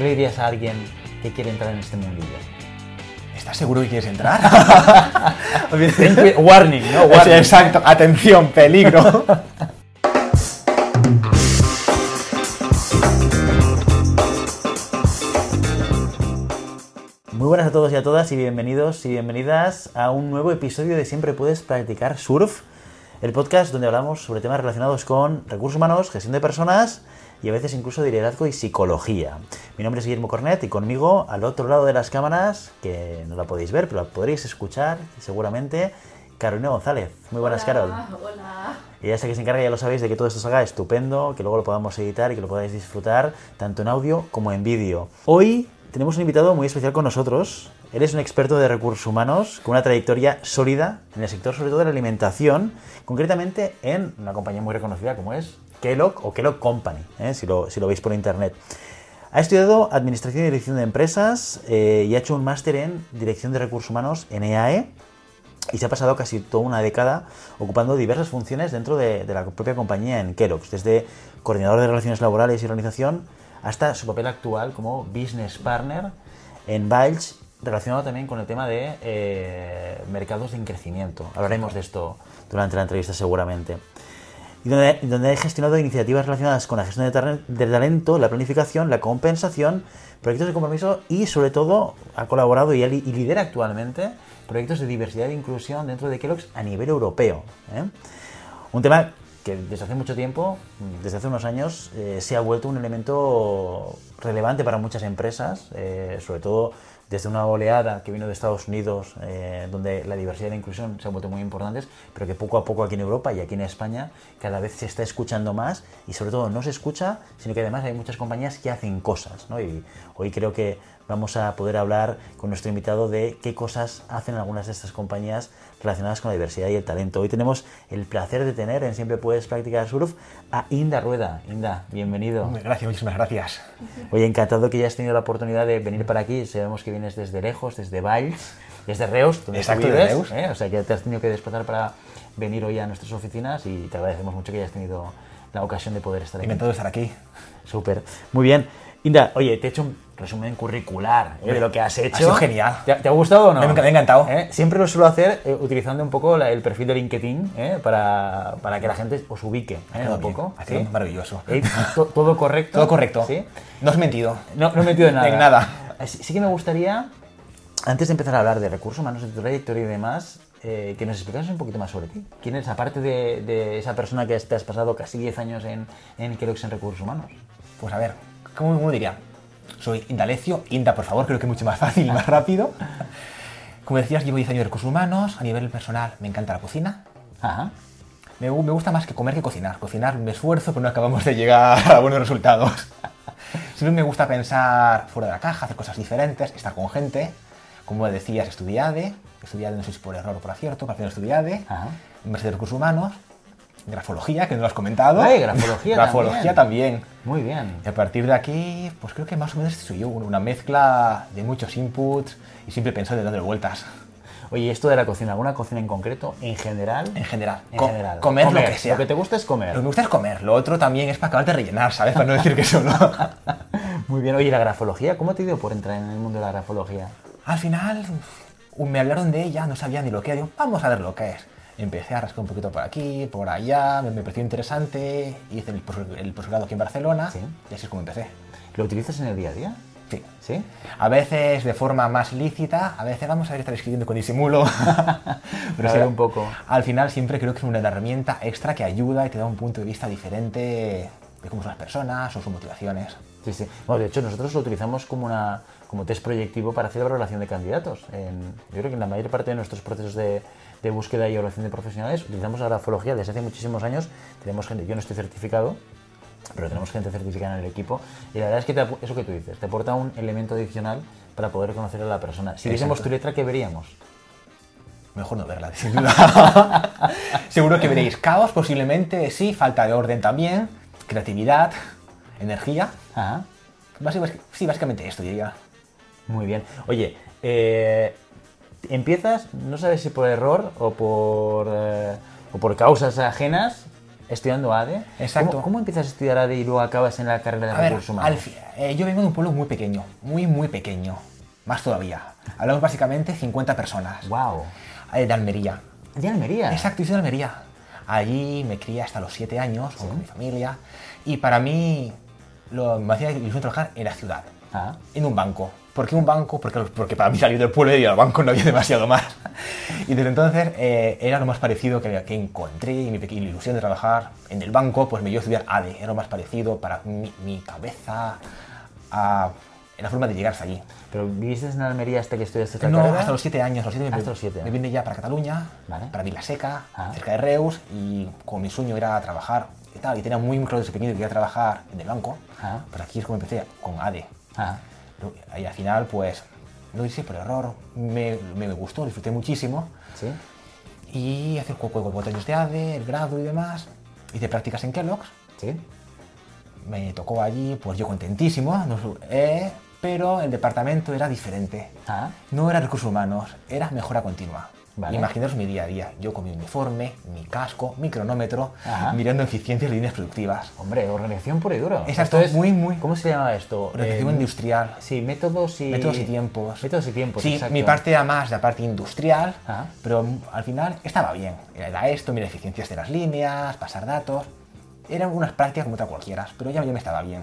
le dirías a alguien que quiere entrar en este mundillo? ¿Estás seguro que quieres entrar? Warning, ¿no? Warning. Exacto, atención, peligro. Muy buenas a todos y a todas y bienvenidos y bienvenidas a un nuevo episodio de Siempre Puedes Practicar Surf, el podcast donde hablamos sobre temas relacionados con recursos humanos, gestión de personas y a veces incluso de liderazgo y psicología. Mi nombre es Guillermo Cornet y conmigo, al otro lado de las cámaras, que no la podéis ver, pero la podréis escuchar seguramente, Carolina González. Muy buenas, Hola, Carol. Hola. Ella es la que se encarga, ya lo sabéis, de que todo esto salga estupendo, que luego lo podamos editar y que lo podáis disfrutar tanto en audio como en vídeo. Hoy tenemos un invitado muy especial con nosotros. Él es un experto de recursos humanos con una trayectoria sólida en el sector, sobre todo de la alimentación, concretamente en una compañía muy reconocida como es Kellogg o Kellogg Company, si lo veis por internet. Ha estudiado Administración y Dirección de Empresas y ha hecho un máster en Dirección de Recursos Humanos en EAE y se ha pasado casi toda una década ocupando diversas funciones dentro de la propia compañía en Kellogg's, desde coordinador de relaciones laborales y organización hasta su papel actual como business partner en Bailch, relacionado también con el tema de mercados en crecimiento. Hablaremos de esto durante la entrevista seguramente. Y donde ha gestionado iniciativas relacionadas con la gestión de talento, la planificación, la compensación, proyectos de compromiso y sobre todo ha colaborado y lidera actualmente proyectos de diversidad e inclusión dentro de Kellogg's a nivel europeo. Un tema que desde hace mucho tiempo, desde hace unos años, se ha vuelto un elemento relevante para muchas empresas, sobre todo desde una oleada que vino de Estados Unidos, donde la diversidad y la inclusión se han vuelto muy importantes, pero que poco a poco aquí en Europa y aquí en España cada vez se está escuchando más y sobre todo no se escucha, sino que además hay muchas compañías que hacen cosas, ¿no? Y hoy creo que vamos a poder hablar con nuestro invitado de qué cosas hacen algunas de estas compañías relacionadas con la diversidad y el talento. Hoy tenemos el placer de tener en Siempre Puedes Practicar Surf a Inda Rueda. Inda, bienvenido. Gracias, muchísimas gracias. Oye, encantado que hayas tenido la oportunidad de venir para aquí. Sabemos que vienes desde lejos, desde Bailch, desde Reus, donde Exacto, tú vives, de Reus. O sea que te has tenido que desplazar para venir hoy a nuestras oficinas y te agradecemos mucho que hayas tenido la ocasión de poder estar aquí. Encantado de estar aquí. Súper, muy bien. Inda, oye, te he hecho un resumen curricular de lo que has hecho. Ha sido genial. ¿Te ha gustado o no? Me ha encantado. Siempre lo suelo hacer utilizando un poco el perfil de LinkedIn para que la gente os ubique un poco. Ha sido maravilloso. ¿Todo correcto? Todo correcto. ¿Sí? No has mentido. No he metido en nada. En nada. Sí que me gustaría, antes de empezar a hablar de recursos humanos, de tu trayectoria y demás, que nos explicases un poquito más sobre ti. ¿Quién eres, aparte de esa persona que te has pasado casi 10 años en Kellogg's en recursos humanos? Pues a ver, ¿cómo diría? Soy Indalecio. Inda, por favor, creo que es mucho más fácil y más rápido. Como decías, llevo 10 años de recursos humanos. A nivel personal, me encanta la cocina. Ajá. Me gusta más que comer que cocinar. Cocinar me esfuerzo, pero no acabamos de llegar a buenos resultados. Siempre me gusta pensar fuera de la caja, hacer cosas diferentes, estar con gente. Como decías, estudiade no sé si por error o por acierto, pero al final estudiade. Universidad de Recursos Humanos. Grafología, que no lo has comentado. Grafología también. Muy bien. Y a partir de aquí, pues creo que más o menos soy yo, una mezcla de muchos inputs y siempre pensando y dándole vueltas. Oye, esto de la cocina, ¿alguna cocina en concreto? ¿En general? En general. Comer lo que sea. Lo que te gusta es comer. Lo que me gusta es comer. Lo otro también es para acabar de rellenar, ¿sabes? Para no decir que solo. Muy bien. Oye, la grafología, ¿cómo te dio por entrar en el mundo de la grafología? Al final, me hablaron de ella, no sabía ni lo que era. Digo, vamos a ver lo que es. Empecé a rascar un poquito por aquí, por allá, me pareció interesante, hice el posgrado aquí en Barcelona, ¿sí? Y así es como empecé. ¿Lo utilizas en el día a día? Sí. ¿Sí? A veces de forma más lícita, a veces vamos a estar escribiendo con disimulo. Pero sí, un poco. Al final siempre creo que es una herramienta extra que ayuda y te da un punto de vista diferente de cómo son las personas o sus motivaciones. Sí, sí. Bueno, de hecho, nosotros lo utilizamos como test proyectivo para hacer la evaluación de candidatos. Yo creo que en la mayor parte de nuestros procesos de búsqueda y evaluación de profesionales utilizamos la grafología desde hace muchísimos años. Tenemos gente, yo no estoy certificado, pero tenemos gente certificada en el equipo y la verdad es que eso que tú dices, te aporta un elemento adicional para poder conocer a la persona. Si viésemos tu letra, ¿qué veríamos? Mejor no verla, sin duda. Seguro que veréis caos, posiblemente, sí, falta de orden también, creatividad, energía. Ajá. Sí, básicamente esto diría. Muy bien. Oye, empiezas, no sabes si por error o por causas ajenas, estudiando ADE. Exacto. ¿Cómo empiezas a estudiar ADE y luego acabas en la carrera de recursos humanos? Yo vengo de un pueblo muy pequeño, muy pequeño, más todavía. Hablamos básicamente 50 personas. ¡Wow! De Almería. ¿De Almería? Exacto, yo soy de Almería. Allí me crié hasta los 7 años con mi familia y para mí me hacía ilusión trabajar en la ciudad, en un banco. ¿Por qué un banco? Porque para mí salir del pueblo y ir al banco no había demasiado más. Y desde entonces era lo más parecido que encontré y mi pequeña ilusión de trabajar en el banco, pues me dio a estudiar ADE. Era lo más parecido para mi cabeza en la forma de llegar hasta allí. ¿Pero viviste en Almería hasta que estudiaste esta No, carrera? hasta los 7 años. Hasta los 7 Me vine ya para Cataluña, para Vilaseca, cerca de Reus, y como mi sueño era trabajar y tal, y tenía muy claro desde pequeño que quería trabajar en el banco, pues aquí es como empecé con ADE. Y al final, pues, no hice por error, me gustó, disfruté muchísimo. ¿Sí? Y hace 4 años de ADE, el grado y demás, hice prácticas en Kellogg's. ¿Sí? Me tocó allí, pues yo contentísimo, pero el departamento era diferente. No era recursos humanos, era mejora continua. Vale. Imaginaos mi día a día, yo con mi uniforme, mi casco, mi cronómetro, mirando eficiencias de líneas productivas. Hombre, organización pura y duro. Exacto, es muy... ¿Cómo se llama esto? Organización industrial. Sí, métodos y tiempos. Métodos y tiempos, sí, exacto. Mi parte era más la parte industrial, pero al final estaba bien. Era esto, mira eficiencias de las líneas, pasar datos. Eran unas prácticas como otra cualquiera, pero ya me estaba bien.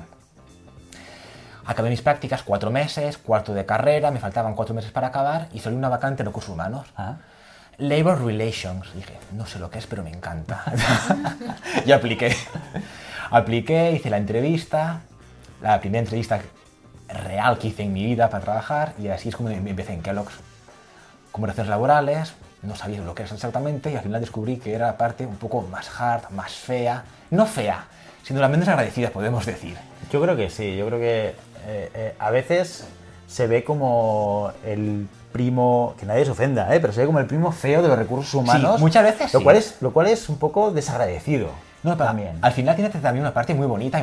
Acabé mis prácticas, 4 meses, cuarto de carrera, me faltaban 4 meses para acabar y salió una vacante en recursos humanos. Labor Relations. Dije, no sé lo que es, pero me encanta. Y apliqué. Hice la entrevista, la primera entrevista real que hice en mi vida para trabajar, y así es como me empecé en Kellogg's. Como relaciones laborales, no sabía lo que era exactamente y al final descubrí que era la parte un poco más hard, más fea. No fea, sino la menos agradecida, podemos decir. Yo creo que sí, yo creo que a veces se ve como el primo, que nadie se ofenda, pero se ve como el primo feo de los recursos humanos. Sí, muchas veces lo cual es un poco desagradecido. No, también. Al final tiene también una parte muy bonita y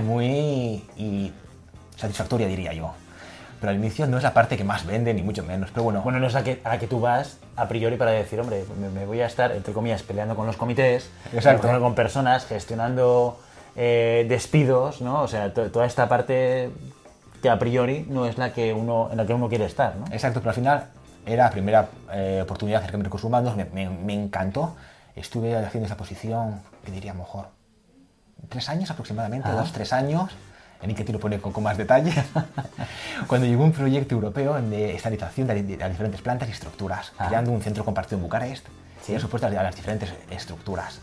muy satisfactoria, diría yo. Pero al inicio no es la parte que más vende, ni mucho menos. Pero bueno. Bueno, no es a la que tú vas a priori para decir, hombre, me voy a estar, entre comillas, peleando con los comités, con personas, gestionando despidos, ¿no? O sea, toda esta parte que a priori no es en la que uno quiere estar, ¿no? Exacto, pero al final era la primera oportunidad de acercarme a recursos humanos, me encantó. Estuve haciendo esa posición, que diría a lo mejor 3 años aproximadamente, 2-3 años. En LinkedIn lo pone con más detalle. Cuando llegó un proyecto europeo de estandarización de las diferentes plantas y estructuras, creando un centro compartido en Bucarest, y supuesto a las diferentes estructuras.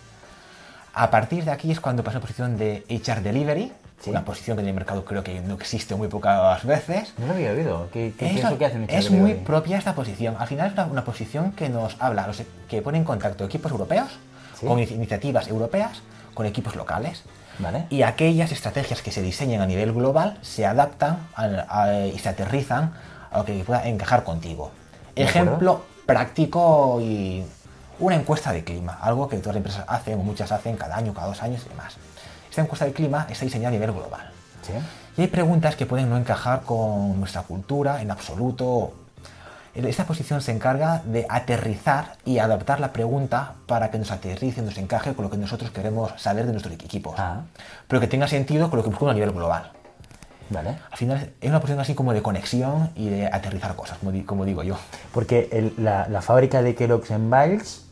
A partir de aquí es cuando pasé a la posición de HR Delivery, una posición que en el mercado creo que no existe muy pocas veces. No lo había oído. ¿Qué es lo que hace un HR Delivery? Es muy propia esta posición. Al final es una posición que nos habla, que pone en contacto equipos europeos, con iniciativas europeas, con equipos locales. Vale. Y aquellas estrategias que se diseñan a nivel global se adaptan y se aterrizan a lo que pueda encajar contigo. Ejemplo práctico y una encuesta de clima, algo que todas las empresas hacen o muchas hacen cada año, cada 2 años y demás. Esta encuesta de clima está diseñada a nivel global. ¿Sí? Y hay preguntas que pueden no encajar con nuestra cultura en absoluto. Esta posición se encarga de aterrizar y adaptar la pregunta para que nos aterrice, nos encaje con lo que nosotros queremos saber de nuestros equipos. Pero que tenga sentido con lo que buscamos a nivel global. Vale. Al final es una posición así como de conexión y de aterrizar cosas, como digo yo. Porque la fábrica de Kellogg's en Valls,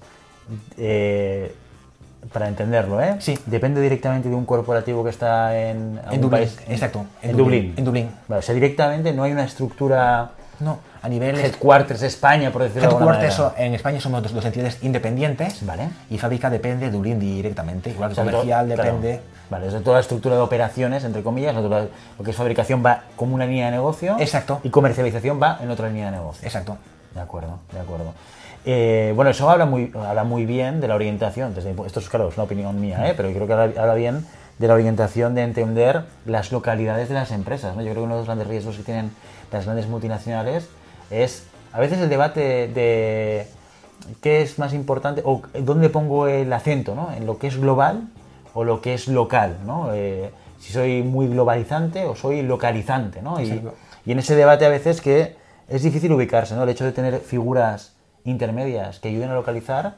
para entenderlo, sí, depende directamente de un corporativo que está en Dublín, país. exacto. En Dublín. En Dublín. Vale, o sea, directamente no hay una estructura. No, a nivel Headquarters España, por decirlo de alguna manera. Headquarters en España somos dos entidades independientes. Vale. Y fábrica depende de Dublín directamente. Igual que comercial depende. Claro. Vale, es de toda la estructura de operaciones, entre comillas, lo que es fabricación va como una línea de negocio. Exacto. Y comercialización va en otra línea de negocio. Exacto. De acuerdo, de acuerdo. Bueno, eso habla muy bien de la orientación. Esto es, claro, es una opinión mía, pero creo que habla bien de la orientación, de entender las localidades de las empresas, ¿no? Yo creo que uno de los grandes riesgos que tienen las grandes multinacionales es a veces el debate de qué es más importante o dónde pongo el acento, ¿no? En lo que es global o lo que es local, ¿no? Si soy muy globalizante o soy localizante, ¿no? Y en ese debate a veces que es difícil ubicarse, ¿no? El hecho de tener figuras intermedias que ayuden a localizar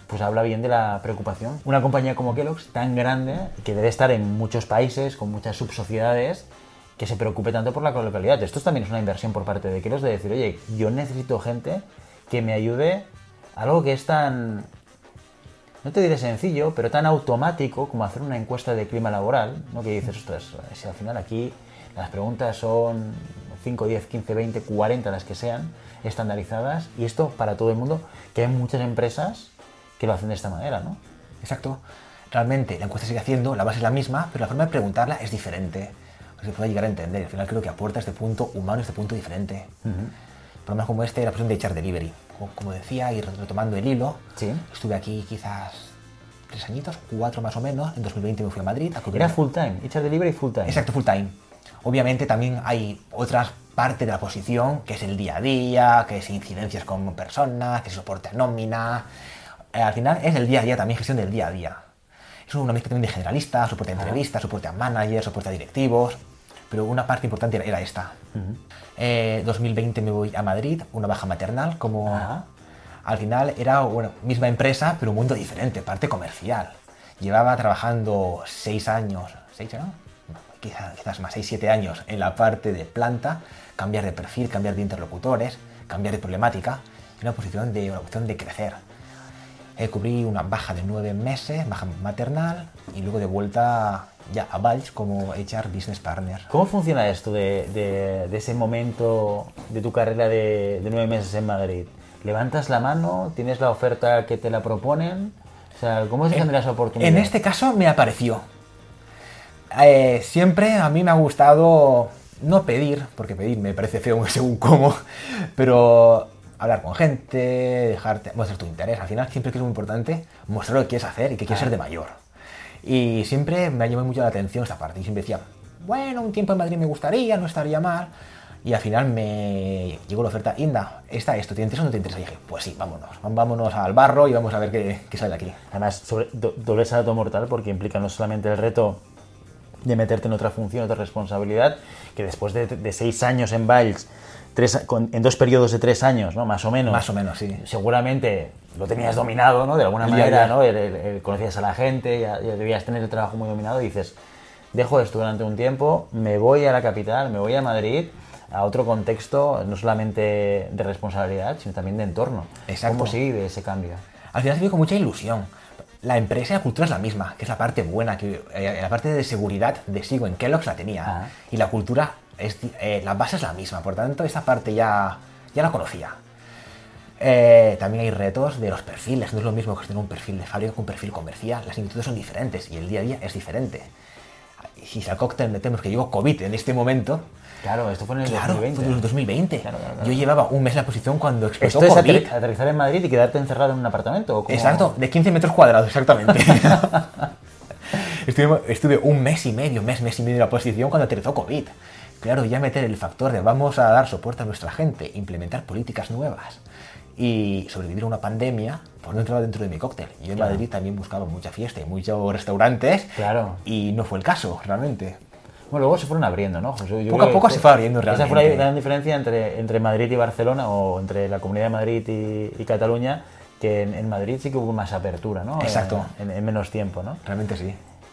pues habla bien de la preocupación. Una compañía como Kellogg's, tan grande, que debe estar en muchos países, con muchas subsociedades, que se preocupe tanto por la localidad. Esto también es una inversión por parte de Kellogg's de decir, oye, yo necesito gente que me ayude a algo que es tan, no te diré sencillo, pero tan automático como hacer una encuesta de clima laboral, ¿no? Que dices, ostras, si al final aquí las preguntas son 5, 10, 15, 20, 40, las que sean, estandarizadas, y esto para todo el mundo, que hay muchas empresas que lo hacen de esta manera, ¿no? Exacto. Realmente la encuesta sigue haciendo, la base es la misma, pero la forma de preguntarla es diferente. Se puede llegar a entender. Al final creo que aporta este punto humano, este punto diferente. Problemas como este, la presión de echar delivery. Como decía, y retomando el hilo, Sí. estuve aquí quizás 3 añitos, 4 más o menos. En 2020 me fui a Madrid. Era full time, echar delivery full time. Exacto, full time. Obviamente también hay otras partes de la posición, que es el día a día, que es incidencias con personas, que es soporte a nómina. Al final es el día a día, también gestión del día a día. Es una mezcla también de generalista, soporte a entrevistas, soporte a managers, soporte a directivos, pero una parte importante era esta. 2020 me voy a Madrid, una baja maternal, como al final era una misma empresa, pero un mundo diferente, parte comercial. Llevaba trabajando 6 años, 6 ¿no? Quizás más, 6-7 años en la parte de planta, cambiar de perfil, cambiar de interlocutores, cambiar de problemática, y una opción de crecer. Cubrí una baja de 9 meses, baja maternal, y luego de vuelta ya a Valls como HR Business Partner. ¿Cómo funciona esto de ese momento de tu carrera de 9 meses en Madrid? ¿Levantas la mano? ¿Tienes la oferta que te la proponen? O sea, ¿cómo se genera esa oportunidad? En este caso me apareció. Siempre a mí me ha gustado no pedir, porque pedir me parece feo según cómo, pero hablar con gente, dejarte mostrar tu interés. Al final siempre que es muy importante mostrar lo que quieres hacer y que quieres ser de mayor. Y siempre me ha llamado mucho la atención esta parte. Y siempre decía, bueno, un tiempo en Madrid me gustaría, no estaría mal. Y al final me llegó la oferta, Inda, esto, ¿te interesa o no te interesa? Y dije, pues sí, vámonos al barro y vamos a ver qué sale de aquí. Además, doble salto mortal porque implica no solamente el reto de meterte en otra función, otra responsabilidad, que después de 6 años en Valls, en 2 periodos de 3 años, ¿no? Más o menos, sí. Seguramente lo tenías dominado, ¿no? De alguna manera, ¿no? Conocías a la gente, ya debías tener el trabajo muy dominado y dices, dejo esto durante un tiempo, me voy a la capital, me voy a Madrid, a otro contexto, no solamente de responsabilidad, sino también de entorno. Exacto. ¿Cómo se vive ese cambio? Al final se vive con mucha ilusión. La empresa y la cultura es la misma, que es la parte buena, que la parte de seguridad de Sigo en Kellogg's la tenía. Y la cultura, la base es la misma, por tanto esa parte ya la conocía. También hay retos de los perfiles, no es lo mismo gestionar un perfil de fábrica que un perfil comercial, las inquietudes son diferentes y el día a día es diferente. Si al cóctel metemos que llegó COVID en este momento... Claro, esto fue en el 2020. Fue en el 2020. Claro. Yo llevaba un mes en la posición cuando explotó ¿Esto COVID. es aterrizar en Madrid y quedarte encerrado en un apartamento? ¿O cómo? Exacto, de 15 metros cuadrados, exactamente. Estuve un mes y medio en la posición cuando aterrizó COVID. Claro, ya meter el factor de vamos a dar soporte a nuestra gente, implementar políticas nuevas y sobrevivir a una pandemia, pues no entraba dentro de mi cóctel. Yo en Madrid también buscaba mucha fiesta y muchos restaurantes y no fue el caso, realmente. Bueno, luego se fueron abriendo, ¿no, José? Poco a poco se fue abriendo realmente. Esa fue la gran diferencia entre Madrid y Barcelona, o entre la Comunidad de Madrid y Cataluña, que en Madrid sí que hubo más apertura, ¿no? Exacto. En menos tiempo, ¿no? Realmente sí.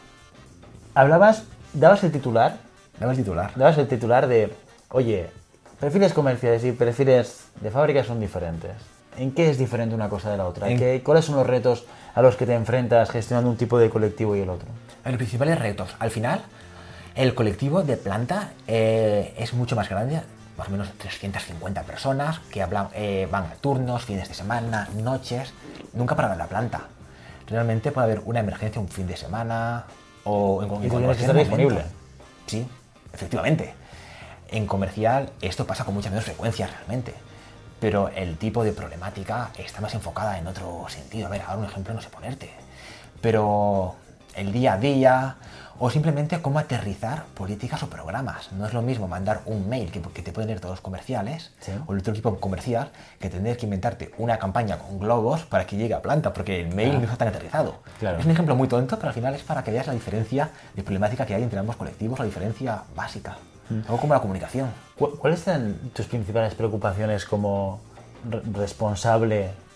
Dabas el titular. Dabas el titular de, oye, perfiles comerciales y perfiles de fábrica son diferentes. ¿En qué es diferente una cosa de la otra? ¿Cuáles son los retos a los que te enfrentas gestionando un tipo de colectivo y el otro? Los principales retos, al final, el colectivo de planta es mucho más grande, más o menos 350 personas que van a turnos, fines de semana, noches, nunca paran en la planta. Realmente puede haber una emergencia un fin de semana o en cualquier momento. ¿Y tienes que estar disponible? Sí, efectivamente. En comercial esto pasa con mucha menos frecuencia realmente, pero el tipo de problemática está más enfocada en otro sentido. A ver, ahora un ejemplo no sé ponerte, pero el día a día o simplemente cómo aterrizar políticas o programas. No es lo mismo mandar un mail que te pueden leer todos los comerciales o el otro equipo comercial que tener que inventarte una campaña con globos para que llegue a planta, porque el mail no está tan aterrizado. Es un ejemplo muy tonto, pero al final es para que veas la diferencia de problemática que hay entre ambos colectivos, la diferencia básica. Algo como la comunicación. ¿Cuáles son tus principales preocupaciones como responsable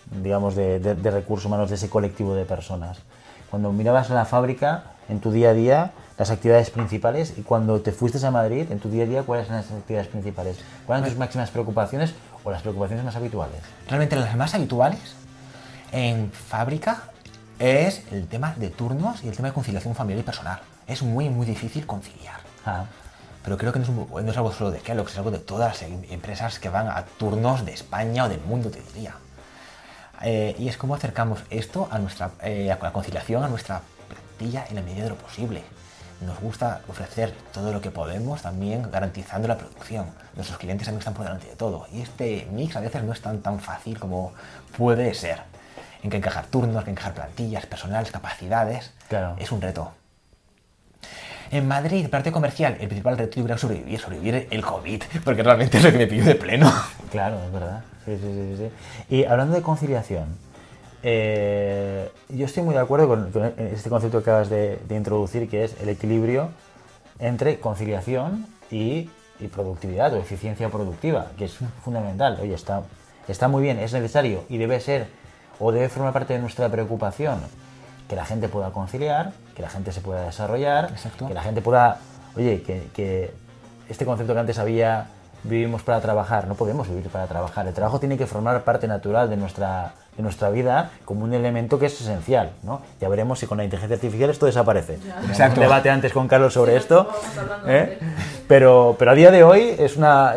digamos, de recursos humanos de ese colectivo de personas? Cuando mirabas la fábrica, en tu día a día, las actividades principales, y cuando te fuiste a Madrid, en tu día a día, ¿cuáles eran las actividades principales? ¿Cuáles eran tus máximas preocupaciones o las preocupaciones más habituales? Realmente las más habituales en fábrica es el tema de turnos y el tema de conciliación familiar y personal. Es muy, muy difícil conciliar. Pero creo que no es algo solo de Kellogg's, es algo de todas las empresas que van a turnos de España o del mundo, te diría. Y es cómo acercamos esto a la conciliación a nuestra plantilla en la medida de lo posible. Nos gusta ofrecer todo lo que podemos, también garantizando la producción. Nuestros clientes también están por delante de todo. Y este mix a veces no es tan fácil como puede ser. En que encajar turnos, que encajar plantillas, personales, capacidades. Claro. Es un reto. En Madrid, parte comercial, el principal reto yo creo que sobrevivir el COVID, porque realmente es lo que me pilló de pleno. Claro, es verdad. Sí. Y hablando de conciliación, yo estoy muy de acuerdo con este concepto que acabas de introducir, que es el equilibrio entre conciliación y productividad o eficiencia productiva, que es fundamental. Oye, está muy bien, es necesario y debe ser o debe formar parte de nuestra preocupación que la gente pueda conciliar, que la gente se pueda desarrollar, Exacto. que la gente pueda, oye, que este concepto que antes había, vivimos para trabajar, no podemos vivir para trabajar. El trabajo tiene que formar parte natural de nuestra vida como un elemento que es esencial, ¿no? Ya veremos si con la inteligencia artificial esto desaparece. Teníamos un debate antes con Carlos sobre esto, pero a día de hoy es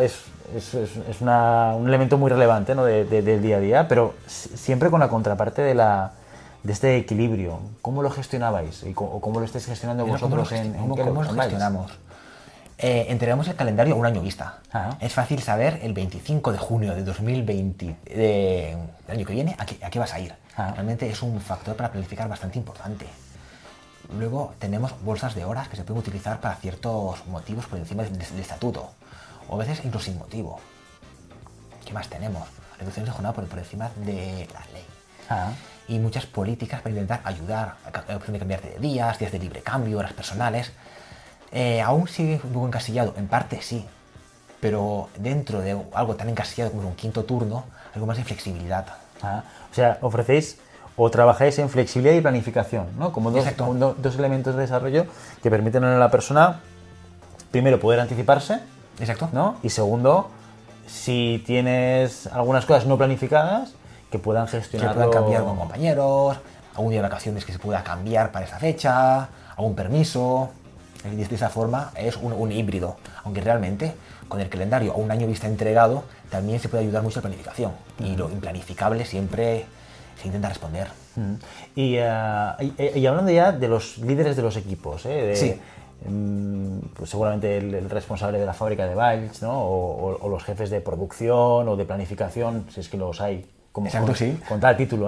un elemento muy relevante, ¿no? del día a día, pero siempre con la contraparte de este equilibrio. ¿Cómo lo gestionabais? ¿O cómo lo estáis gestionando vosotros ¿Cómo lo gestionamos? Entregamos el calendario a un año vista. Es fácil saber el 25 de junio de 2020, del año que viene, a qué vas a ir. Realmente es un factor para planificar bastante importante. Luego tenemos bolsas de horas que se pueden utilizar para ciertos motivos por encima del estatuto, o a veces incluso sin motivo. ¿Qué más tenemos? Reducciones de jornada por encima de la ley. Y muchas políticas para intentar ayudar a la opción de cambiarte de días de libre cambio, horas personales. Aún sigue un poco encasillado, en parte sí, pero dentro de algo tan encasillado como un quinto turno, algo más de flexibilidad. O sea, ofrecéis o trabajáis en flexibilidad y planificación, ¿no? Como dos elementos de desarrollo que permiten a la persona, primero, poder anticiparse. Exacto. ¿No? Y segundo, si tienes algunas cosas no planificadas, que puedan gestionarlo. Que puedan cambiar con compañeros, algún día de vacaciones que se pueda cambiar para esa fecha, algún permiso. De esa forma es un híbrido, aunque realmente con el calendario a un año vista entregado también se puede ayudar mucho a la planificación. Y lo implanificable siempre se intenta responder. Y hablando ya de los líderes de los equipos, sí. Pues seguramente el responsable de la fábrica de Valls, ¿no? o los jefes de producción o de planificación, si es que los hay, sí. Con tal título.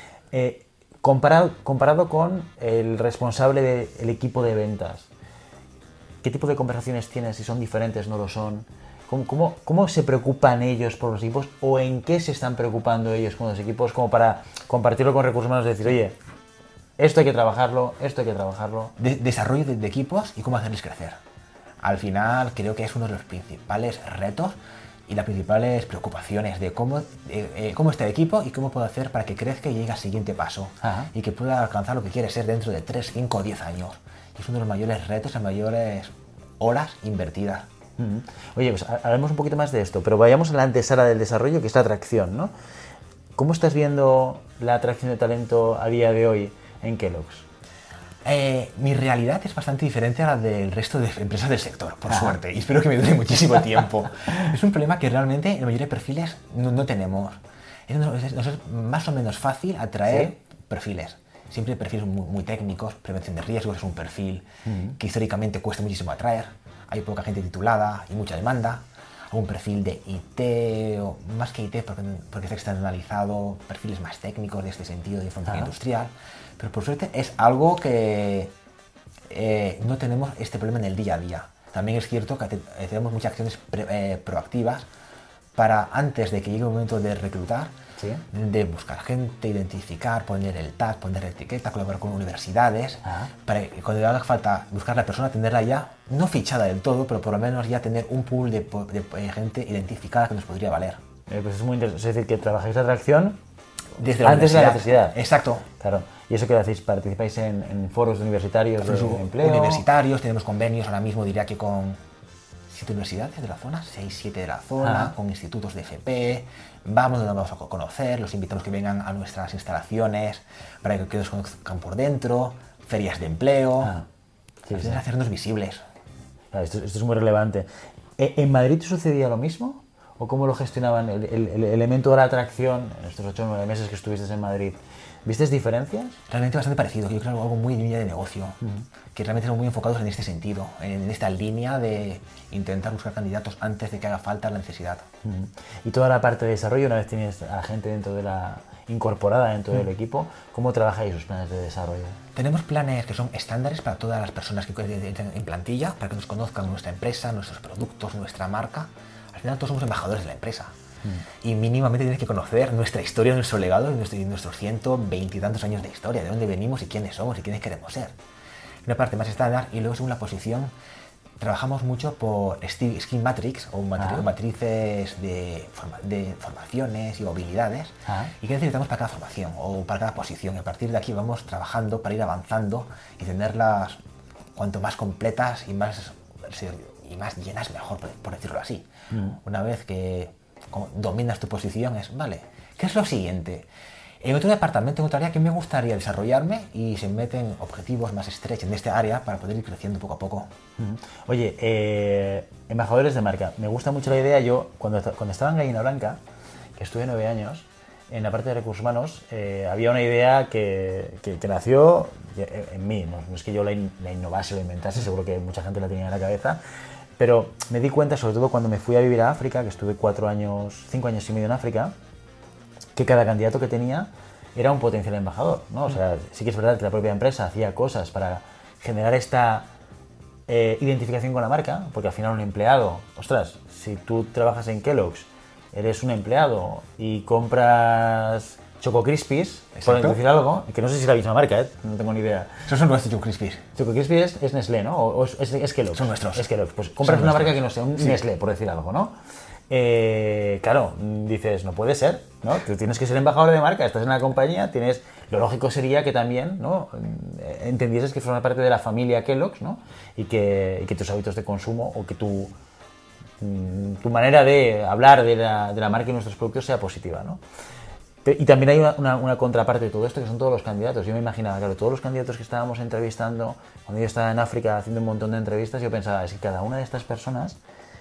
Comparado con el responsable del equipo de ventas, ¿qué tipo de conversaciones tienes? Si son diferentes, no lo son. ¿Cómo se preocupan ellos por los equipos o en qué se están preocupando ellos con los equipos como para compartirlo con recursos humanos y decir, oye, esto hay que trabajarlo, esto hay que trabajarlo? Desarrollo de equipos y cómo hacerles crecer. Al final creo que es uno de los principales retos y las principales preocupaciones de cómo está el equipo y cómo puedo hacer para que crezca y llegue al siguiente paso. Y que pueda alcanzar lo que quiere ser dentro de 3, 5 o 10 años. Y es uno de los mayores retos, las mayores horas invertidas. Oye, pues hablemos un poquito más de esto, pero vayamos a la antesala del desarrollo, que es la atracción, ¿no? ¿Cómo estás viendo la atracción de talento a día de hoy en Kellogg's? Mi realidad es bastante diferente a la del resto de empresas del sector, por suerte, y espero que me dure muchísimo tiempo. Es un problema que realmente en la mayoría de perfiles no tenemos. Nos es más o menos fácil atraer perfiles. Siempre perfiles muy técnicos, prevención de riesgos es un perfil que históricamente cuesta muchísimo atraer. Hay poca gente titulada y mucha demanda. Algún perfil de IT, o más que IT porque está externalizado, perfiles más técnicos de este sentido de informática industrial. Pero por suerte es algo que no tenemos este problema en el día a día. También es cierto que tenemos muchas acciones proactivas para antes de que llegue el momento de reclutar, de buscar gente, identificar, poner el tag, poner la etiqueta, colaborar con universidades, para que cuando haga falta buscar a la persona, tenerla ya, no fichada del todo, pero por lo menos ya tener un pool de gente identificada que nos podría valer. Pues es muy interesante, es decir, que trabajáis la atracción Desde la Antes de la universidad. necesidad. Exacto. Claro. ¿Y eso qué hacéis? ¿Participáis en foros universitarios de empleo? Universitarios, tenemos convenios, ahora mismo diría que con 7 universidades de la zona, 6, 7 de la zona, con institutos de FP, vamos donde vamos a conocer, los invitamos que vengan a nuestras instalaciones para que nos conozcan por dentro, ferias de empleo, hacernos visibles. Claro, esto es muy relevante. ¿En Madrid sucedía lo mismo? ¿O cómo lo gestionaban el elemento de la atracción en estos 8 o 9 meses que estuviste en Madrid? ¿Vistes diferencias? Realmente bastante parecido, yo creo algo muy de línea de negocio, que realmente son muy enfocados en este sentido, en esta línea de intentar buscar candidatos antes de que haga falta la necesidad. Y toda la parte de desarrollo, una vez tienes a gente incorporada dentro del equipo, ¿cómo trabajáis los planes de desarrollo? Tenemos planes que son estándares para todas las personas que entran en plantilla, para que nos conozcan nuestra empresa, nuestros productos, nuestra marca. Al final todos somos embajadores de la empresa. Y mínimamente tienes que conocer nuestra historia, nuestro legado y nuestros 120 y tantos años de historia, de dónde venimos y quiénes somos y quiénes queremos ser. Una parte más estándar y luego según la posición trabajamos mucho por Skill Matrix o matrices de formaciones y habilidades y qué necesitamos para cada formación o para cada posición. Y a partir de aquí vamos trabajando para ir avanzando y tenerlas cuanto más completas y más llenas mejor, por decirlo así. Una vez que dominas tu posición vale, ¿qué es lo siguiente? En otro departamento, en otra área que me gustaría desarrollarme y se meten objetivos más estrechos en esta área para poder ir creciendo poco a poco. Oye, embajadores de marca, me gusta mucho la idea. Yo, cuando estaba en Gallina Blanca, que estuve 9 años, en la parte de recursos humanos, había una idea que nació en mí, no es que yo la innovase o la inventase, seguro que mucha gente la tenía en la cabeza, pero me di cuenta, sobre todo cuando me fui a vivir a África, que estuve 5 años y medio en África, que cada candidato que tenía era un potencial embajador, ¿no? O sea, sí que es verdad que la propia empresa hacía cosas para generar esta identificación con la marca, porque al final un empleado, ostras, si tú trabajas en Kellogg's, eres un empleado y compras Choco Crispies, por decir algo, que no sé si es la misma marca, no tengo ni idea. Esos son nuestros Choco Crispies. Choco Crispies es Nestlé, ¿no? O es Kellogg's. Son nuestros. Es Kellogg's. Pues compras una marca que no sea un Nestlé, por decir algo, ¿no? Claro, dices, no puede ser, ¿no? Tú tienes que ser embajador de marca, estás en la compañía, lo lógico sería que también, ¿no?, entendieses que forma parte de la familia Kellogg's, ¿no? Y que tus hábitos de consumo o que tu manera de hablar de la marca y nuestros productos sea positiva, ¿no? Y también hay una contraparte de todo esto, que son todos los candidatos. Yo me imaginaba, claro, todos los candidatos que estábamos entrevistando, cuando yo estaba en África haciendo un montón de entrevistas, yo pensaba, es que cada una de estas personas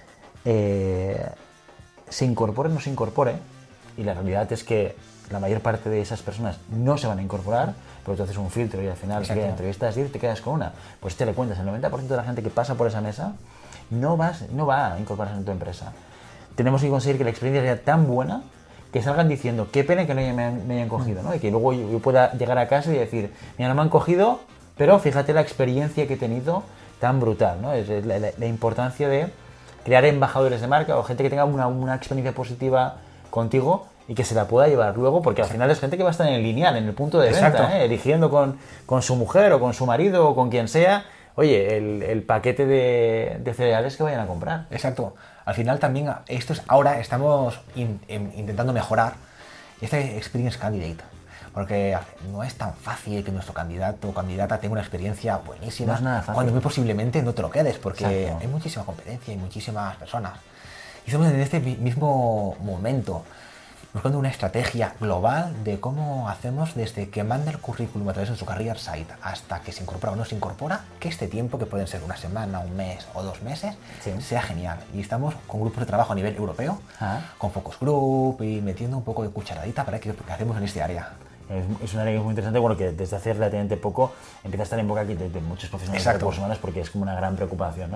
se incorpore o no se incorpore, y la realidad es que la mayor parte de esas personas no se van a incorporar, porque tú haces un filtro y al final te entrevistas y te quedas con una. Pues te le cuentas, el 90% de la gente que pasa por esa mesa no va a incorporarse en tu empresa. Tenemos que conseguir que la experiencia sea tan buena que salgan diciendo, qué pena que no me hayan cogido, ¿no? Y que luego yo pueda llegar a casa y decir, mira, no me han cogido, pero fíjate la experiencia que he tenido tan brutal, ¿no? Es la importancia de crear embajadores de marca o gente que tenga una experiencia positiva contigo y que se la pueda llevar luego, porque al final es gente que va a estar en el lineal, en el punto de venta, eligiendo con su mujer o con su marido o con quien sea, oye, el paquete de cereales que vayan a comprar. Exacto. Al final también ahora estamos intentando mejorar este Experience Candidate, porque no es tan fácil que nuestro candidato o candidata tenga una experiencia buenísima, no es nada fácil, cuando muy posiblemente no te lo quedes, porque exacto, hay muchísima competencia y muchísimas personas. Y estamos en este mismo momento buscando una estrategia global de cómo hacemos desde que manda el currículum a través de su career site hasta que se incorpora o no se incorpora, que este tiempo, que pueden ser una semana, un mes o 2 meses, sea genial. Y estamos con grupos de trabajo a nivel europeo, con focus group y metiendo un poco de cucharadita para que hacemos en este área. Es un área muy interesante, bueno, que desde hace relativamente poco empieza a estar en boca aquí de muchos profesionales de recursos humanos, porque es como una gran preocupación, ¿no?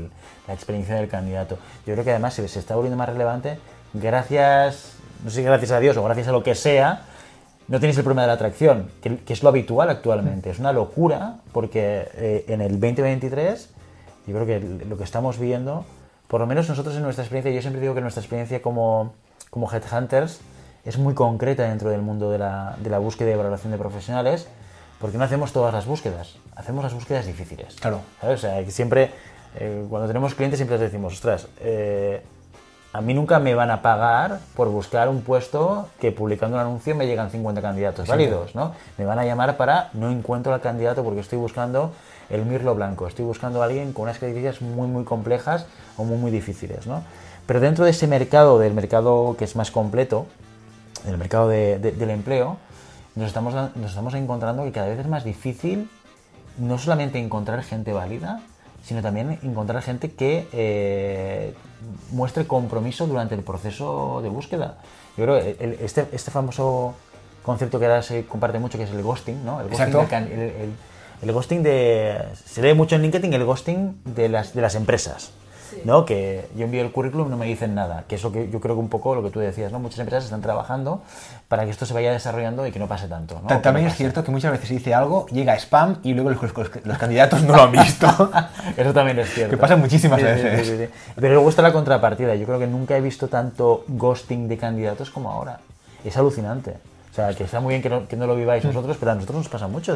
La experiencia del candidato. Yo creo que además se está volviendo más relevante gracias, no sé si gracias a Dios o gracias a lo que sea, no tenéis el problema de la atracción, que es lo habitual actualmente. Es una locura porque en el 2023 yo creo que lo que estamos viendo, por lo menos nosotros en nuestra experiencia, yo siempre digo que nuestra experiencia como headhunters es muy concreta dentro del mundo de la búsqueda y valoración de profesionales, porque no hacemos todas las búsquedas, hacemos las búsquedas difíciles. Claro. ¿Sabes? O sea, que siempre, cuando tenemos clientes siempre les decimos, ostras, a mí nunca me van a pagar por buscar un puesto que publicando un anuncio me llegan 50 candidatos válidos, ¿no? Me van a llamar para no encuentro al candidato porque estoy buscando el mirlo blanco, estoy buscando a alguien con unas características muy, muy complejas o muy, muy difíciles, ¿no? Pero dentro de ese mercado, del mercado que es más completo, del mercado del empleo, nos estamos encontrando que cada vez es más difícil no solamente encontrar gente válida, sino también encontrar gente que muestre compromiso durante el proceso de búsqueda. Yo creo que este famoso concepto que ahora se comparte mucho, que es el ghosting, ¿no? El ghosting, el ghosting se lee mucho en LinkedIn, el ghosting de las empresas. Sí. ¿No? Que yo envío el currículum y no me dicen nada, que es lo que yo creo que un poco lo que tú decías, ¿no? Muchas empresas están trabajando para que esto se vaya desarrollando y que no pase tanto, ¿no? También es cierto que muchas veces se dice algo, llega spam y luego los candidatos no lo han visto. Eso también es cierto. Que pasa muchísimas veces. Sí. Pero luego está la contrapartida. Yo creo que nunca he visto tanto ghosting de candidatos como ahora. Es alucinante. O sea, que está muy bien que no lo viváis vosotros, pero a nosotros nos pasa mucho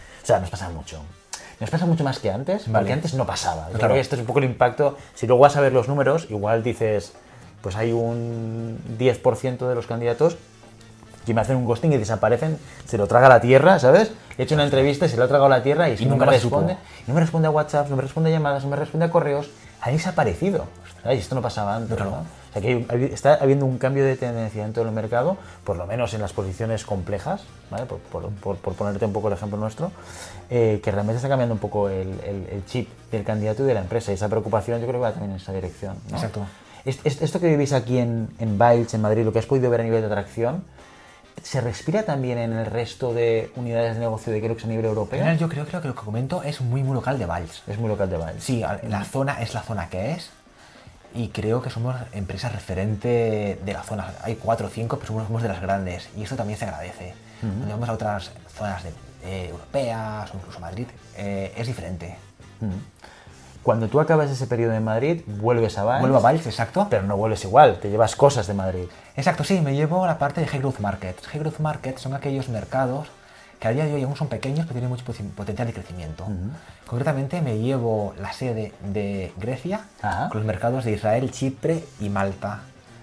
Nos pasa mucho más que antes, porque antes no pasaba. Yo creo que esto es un poco el impacto. Si luego vas a ver los números, igual dices, pues hay un 10% de los candidatos que me hacen un ghosting y desaparecen, se lo traga la tierra, ¿sabes? He hecho una entrevista y se lo ha tragado la tierra y no me responde. No me responde a WhatsApp, no me responde a llamadas, no me responde a correos. Ha desaparecido. Y esto no pasaba antes, ¿no? O sea, que está habiendo un cambio de tendencia dentro del mercado, por lo menos en las posiciones complejas, ¿vale? Por ponerte un poco el ejemplo nuestro, que realmente está cambiando un poco el chip del candidato y de la empresa. Y esa preocupación yo creo que va también en esa dirección, ¿no? Exacto. Esto que vivís aquí en Valls, en Madrid, lo que has podido ver a nivel de atracción, ¿se respira también en el resto de unidades de negocio de Kellogg's a nivel europeo? Yo creo que lo que comento es muy local de Valls. Es muy local de Valls. Sí, la zona es la zona que es. Y creo que somos empresas referente de la zona. Hay 4 o 5, pero somos de las grandes. Y esto también se agradece. Cuando vamos a otras zonas europeas o incluso Madrid, es diferente. Cuando tú acabas ese periodo en Madrid, vuelves a Valls. Vuelvo a Valls, exacto. Pero no vuelves igual, te llevas cosas de Madrid. Exacto, sí, me llevo la parte de High Growth Markets. High Growth Markets son aquellos mercados que a día de hoy aún son pequeños, pero tienen mucho potencial de crecimiento. Concretamente me llevo la sede de Grecia con los mercados de Israel, Chipre y Malta.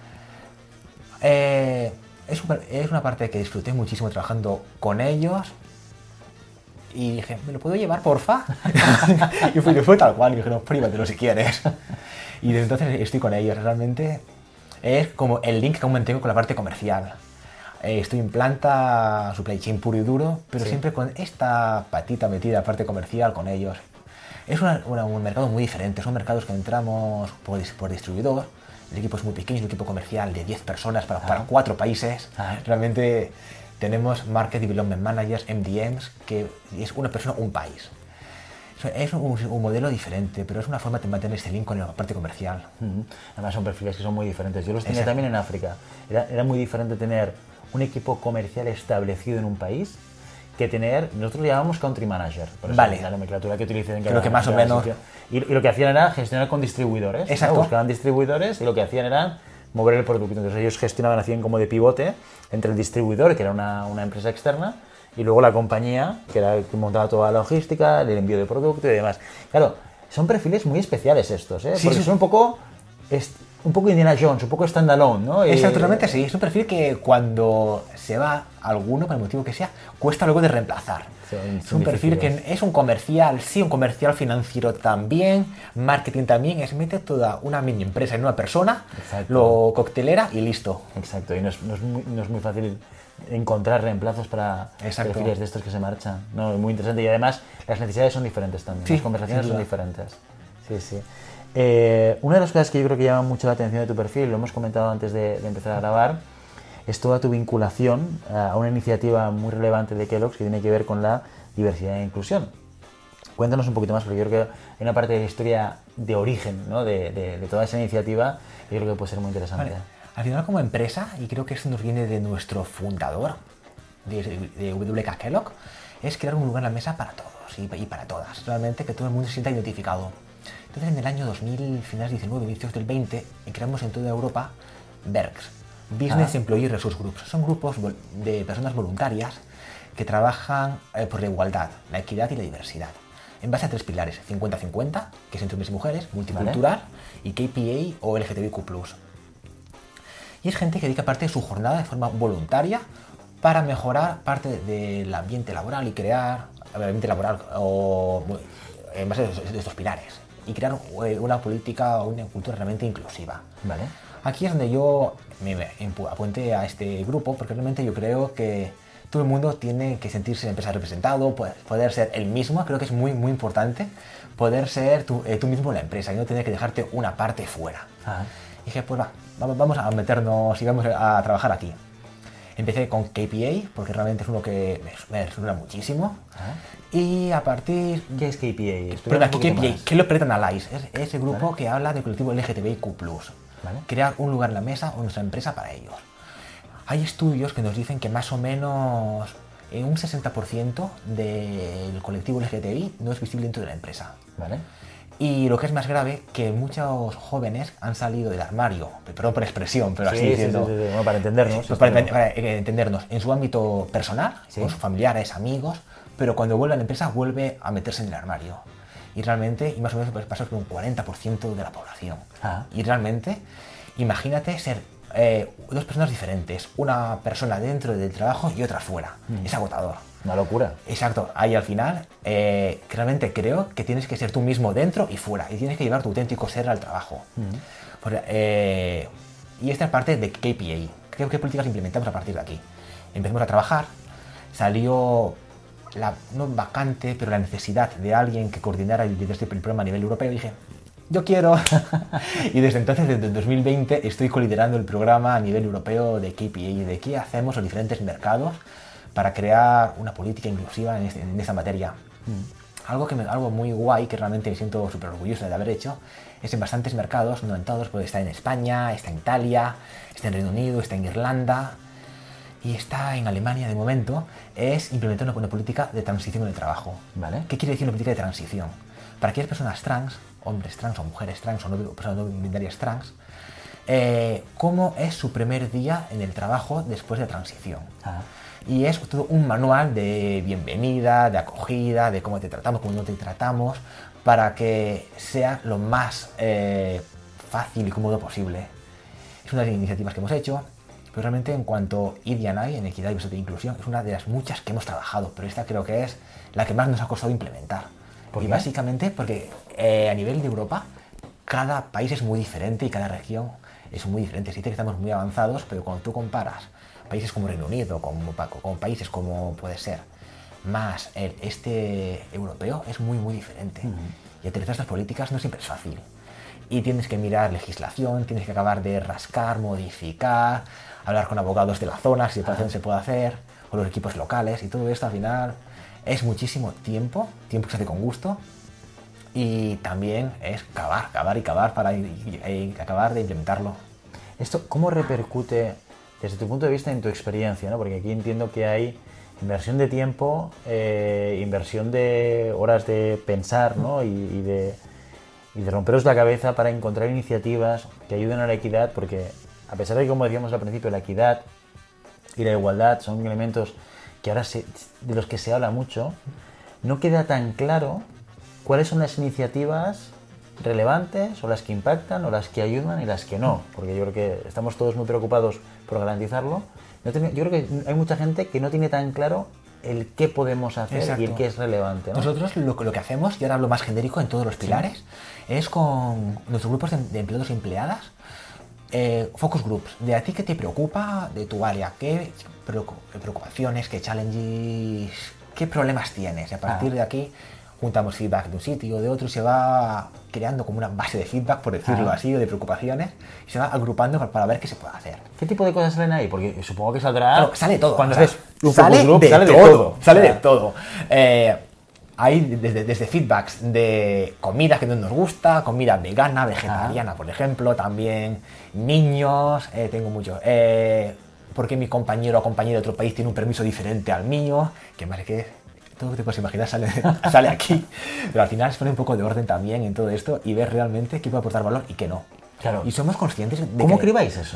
Es una parte que disfruté muchísimo trabajando con ellos y dije, ¿me lo puedo llevar, porfa? Y fue tal cual, y me dijeron, prívatelo si quieres. Y desde entonces estoy con ellos. Realmente es como el link que aún mantengo con la parte comercial. Estoy en planta, supply chain puro y duro, pero siempre con esta patita metida, parte comercial, con ellos. Es un mercado muy diferente, son mercados que entramos por distribuidor, el equipo es muy pequeño, es un equipo comercial de 10 personas para 4 países. Realmente tenemos Market Development Managers, MDMs, que es una persona, un país. Es un modelo diferente, pero es una forma de mantener este link con la parte comercial. Además son perfiles que son muy diferentes. Yo los tenía también en África. Era muy diferente tener un equipo comercial establecido en un país que tener, nosotros lo llamamos country manager, por eso la nomenclatura que utilicen en cada creo que más o menos sitio. Y lo que hacían era gestionar con distribuidores. Exacto. ¿no? Buscaban distribuidores y lo que hacían era mover el producto. Entonces ellos gestionaban, hacían como de pivote entre el distribuidor, que era una empresa externa, y luego la compañía, que era que montaba toda la logística, el envío de producto y demás. Claro, son perfiles muy especiales estos, ¿eh? Porque son un poco Indiana Jones, un poco standalone, ¿no? Exactamente, sí. Es un perfil que cuando se va alguno, por el motivo que sea, cuesta luego de reemplazar. Es un perfil que es un comercial, sí, un comercial financiero también, marketing también, mete toda una mini empresa en una persona, lo coctelera y listo. Exacto, y no es muy fácil encontrar reemplazos para perfiles de estos que se marchan. No, es muy interesante y además las necesidades son diferentes también, las conversaciones son diferentes. Sí. Una de las cosas que yo creo que llama mucho la atención de tu perfil, lo hemos comentado antes de empezar a grabar, es toda tu vinculación a una iniciativa muy relevante de Kellogg's que tiene que ver con la diversidad e inclusión. Cuéntanos un poquito más, porque yo creo que hay una parte de la historia de origen, ¿no? de toda esa iniciativa que yo creo que puede ser muy interesante. Vale. Al final, como empresa, y creo que esto nos viene de nuestro fundador, de WK Kellogg, es crear un lugar en la mesa para todos y para todas. Realmente que todo el mundo se sienta identificado. Entonces, en el año 2000, finales 19, inicios del 20, creamos en toda Europa BERGs, Business Employee Resource Groups. Son grupos de personas voluntarias que trabajan por la igualdad, la equidad y la diversidad. En base a 3 pilares, 50-50, que es entre hombres y mujeres, multicultural, y KPA o LGTBIQ+. Y es gente que dedica parte de su jornada de forma voluntaria para mejorar parte del ambiente laboral y crear el ambiente laboral en base de estos pilares y crear una política o una cultura realmente inclusiva. Vale. Aquí es donde yo me apunté a este grupo, porque realmente yo creo que todo el mundo tiene que sentirse en empresa representado, poder ser el mismo. Creo que es muy, muy importante poder ser tú mismo en la empresa y no tener que dejarte una parte fuera. Y dije, pues vamos a meternos y vamos a trabajar aquí. Empecé con KPA, porque realmente es uno que me resuena muchísimo. Y a partir... ¿Qué es KPA? Perdón, aquí KPA, que es lo Plate Analyze. Es el grupo que habla del colectivo LGTBIQ+. Vale. Crear un lugar en la mesa o nuestra empresa para ellos. Hay estudios que nos dicen que más o menos un 60% del colectivo LGTBI no es visible dentro de la empresa. Vale. Y lo que es más grave, que muchos jóvenes han salido del armario, perdón por expresión, pero sí, así diciendo... Sí. Bueno, para entendernos. Para entendernos, en su ámbito personal, sí, con sus familiares, amigos, pero cuando vuelve a la empresa vuelve a meterse en el armario. Y realmente, y más o menos pasa por un 40% de la población. Y realmente, imagínate ser dos personas diferentes, una persona dentro del trabajo y otra fuera. Es agotador. Una locura. Exacto. Ahí al final, realmente creo que tienes que ser tú mismo dentro y fuera. Y tienes que llevar tu auténtico ser al trabajo. Y esta es parte de KPA. ¿Qué políticas implementamos a partir de aquí? Empezamos a trabajar. Salió no vacante, pero la necesidad de alguien que coordinara y liderase el programa a nivel europeo. Y dije, yo quiero. Y desde entonces, desde el 2020, estoy coliderando el programa a nivel europeo de KPA y de qué hacemos en los diferentes mercados para crear una política inclusiva en esta materia. Algo muy guay, que realmente me siento súper orgulloso de haber hecho, es en bastantes mercados, no en todos, porque está en España, está en Italia, está en Reino Unido, está en Irlanda y está en Alemania de momento, es implementar una política de transición en el trabajo. ¿Vale? ¿Qué quiere decir una política de transición? Para aquellas personas trans, hombres trans o mujeres trans o personas no binarias trans, cómo es su primer día en el trabajo después de transición. Y es todo un manual de bienvenida, de acogida, de cómo te tratamos, cómo no te tratamos, para que sea lo más fácil y cómodo posible. Es una de las iniciativas que hemos hecho, pero realmente en cuanto a ED&I, en equidad, diversidad e inclusión, es una de las muchas que hemos trabajado, pero esta creo que es la que más nos ha costado implementar. ¿Por qué? Y básicamente porque a nivel de Europa, cada país es muy diferente y cada región es muy diferente. Sí que estamos muy avanzados, pero cuando tú comparas países como Reino Unido, como países como puede ser más el este europeo, es muy, muy diferente. Y aterrizar estas políticas no siempre es fácil. Y tienes que mirar legislación, tienes que acabar de rascar, modificar, hablar con abogados de la zona, si se puede hacer, o los equipos locales, y todo esto al final es muchísimo tiempo que se hace con gusto, y también es cavar para acabar de implementarlo. ¿Esto cómo repercute desde tu punto de vista en tu experiencia, ¿no? Porque aquí entiendo que hay inversión de tiempo, inversión de horas de pensar, ¿no? y de romperos la cabeza para encontrar iniciativas que ayuden a la equidad, porque a pesar de que, como decíamos al principio, la equidad y la igualdad son elementos que ahora de los que se habla mucho, no queda tan claro cuáles son las iniciativas relevantes o las que impactan o las que ayudan y las que no, porque yo creo que estamos todos muy preocupados por garantizarlo. Yo creo que hay mucha gente que no tiene tan claro el qué podemos hacer. Exacto. Y el qué es relevante, ¿no? Nosotros lo que hacemos, y ahora hablo más genérico en todos los pilares, es con nuestros grupos de empleados y empleadas, focus groups, de a ti qué te preocupa de tu área, qué preocupaciones, qué challenges, qué problemas tienes, y a partir de aquí juntamos feedback de un sitio o de otro y se va creando como una base de feedback, por decirlo así, o de preocupaciones, y se va agrupando para ver qué se puede hacer. ¿Qué tipo de cosas salen ahí? Porque supongo que saldrá... Claro, sale todo. Cuando haces un sale focus group, sale de todo. Sale de todo. Hay desde feedbacks de comida que no nos gusta, comida vegana, vegetariana, por ejemplo, también niños, tengo mucho... porque mi compañero o compañera de otro país tiene un permiso diferente al mío, que más que... todo lo que te puedes imaginar sale aquí, pero al final se pone un poco de orden también en todo esto y ver realmente qué puede aportar valor y qué no. Claro. Y somos conscientes de ¿Cómo cribáis eso?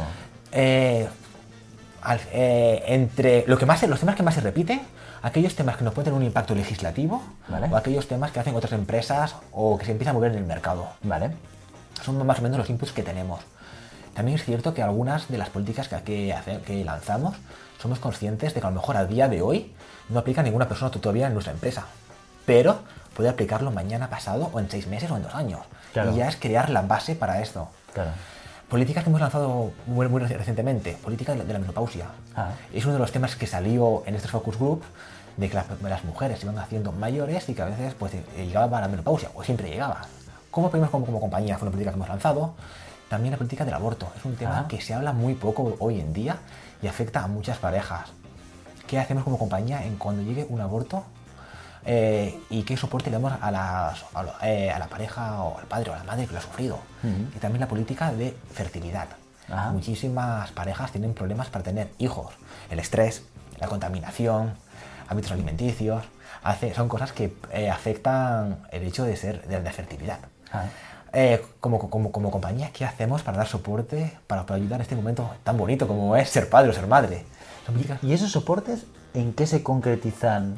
Entre los temas que más se repiten, aquellos temas que nos pueden tener un impacto legislativo, ¿vale? O aquellos temas que hacen otras empresas o que se empiezan a mover en el mercado. Vale. Son más o menos los inputs que tenemos. También es cierto que algunas de las políticas que lanzamos somos conscientes de que a lo mejor a día de hoy no aplica a ninguna persona todavía en nuestra empresa, pero puede aplicarlo mañana, pasado, o en 6 meses o en 2 años. Claro. Y ya es crear la base para esto. Claro. Políticas que hemos lanzado muy recientemente, política de la menopausia. Es uno de los temas que salió en estos focus group, de que las mujeres se iban haciendo mayores y que a veces pues, llegaba a la menopausia, o siempre llegaba. Como primero como compañía fue una política que hemos lanzado. También la política del aborto. Es un tema que se habla muy poco hoy en día y afecta a muchas parejas. ¿Qué hacemos como compañía en cuando llegue un aborto? Y qué soporte le damos a la pareja o al padre o a la madre que lo ha sufrido. Y también la política de fertilidad. Muchísimas parejas tienen problemas para tener hijos. El estrés, la contaminación, hábitos alimenticios, son cosas que afectan el hecho de ser de fertilidad. Como compañía, ¿qué hacemos para dar soporte, para ayudar en este momento tan bonito como es ser padre o ser madre? ¿Y esos soportes en qué se concretizan?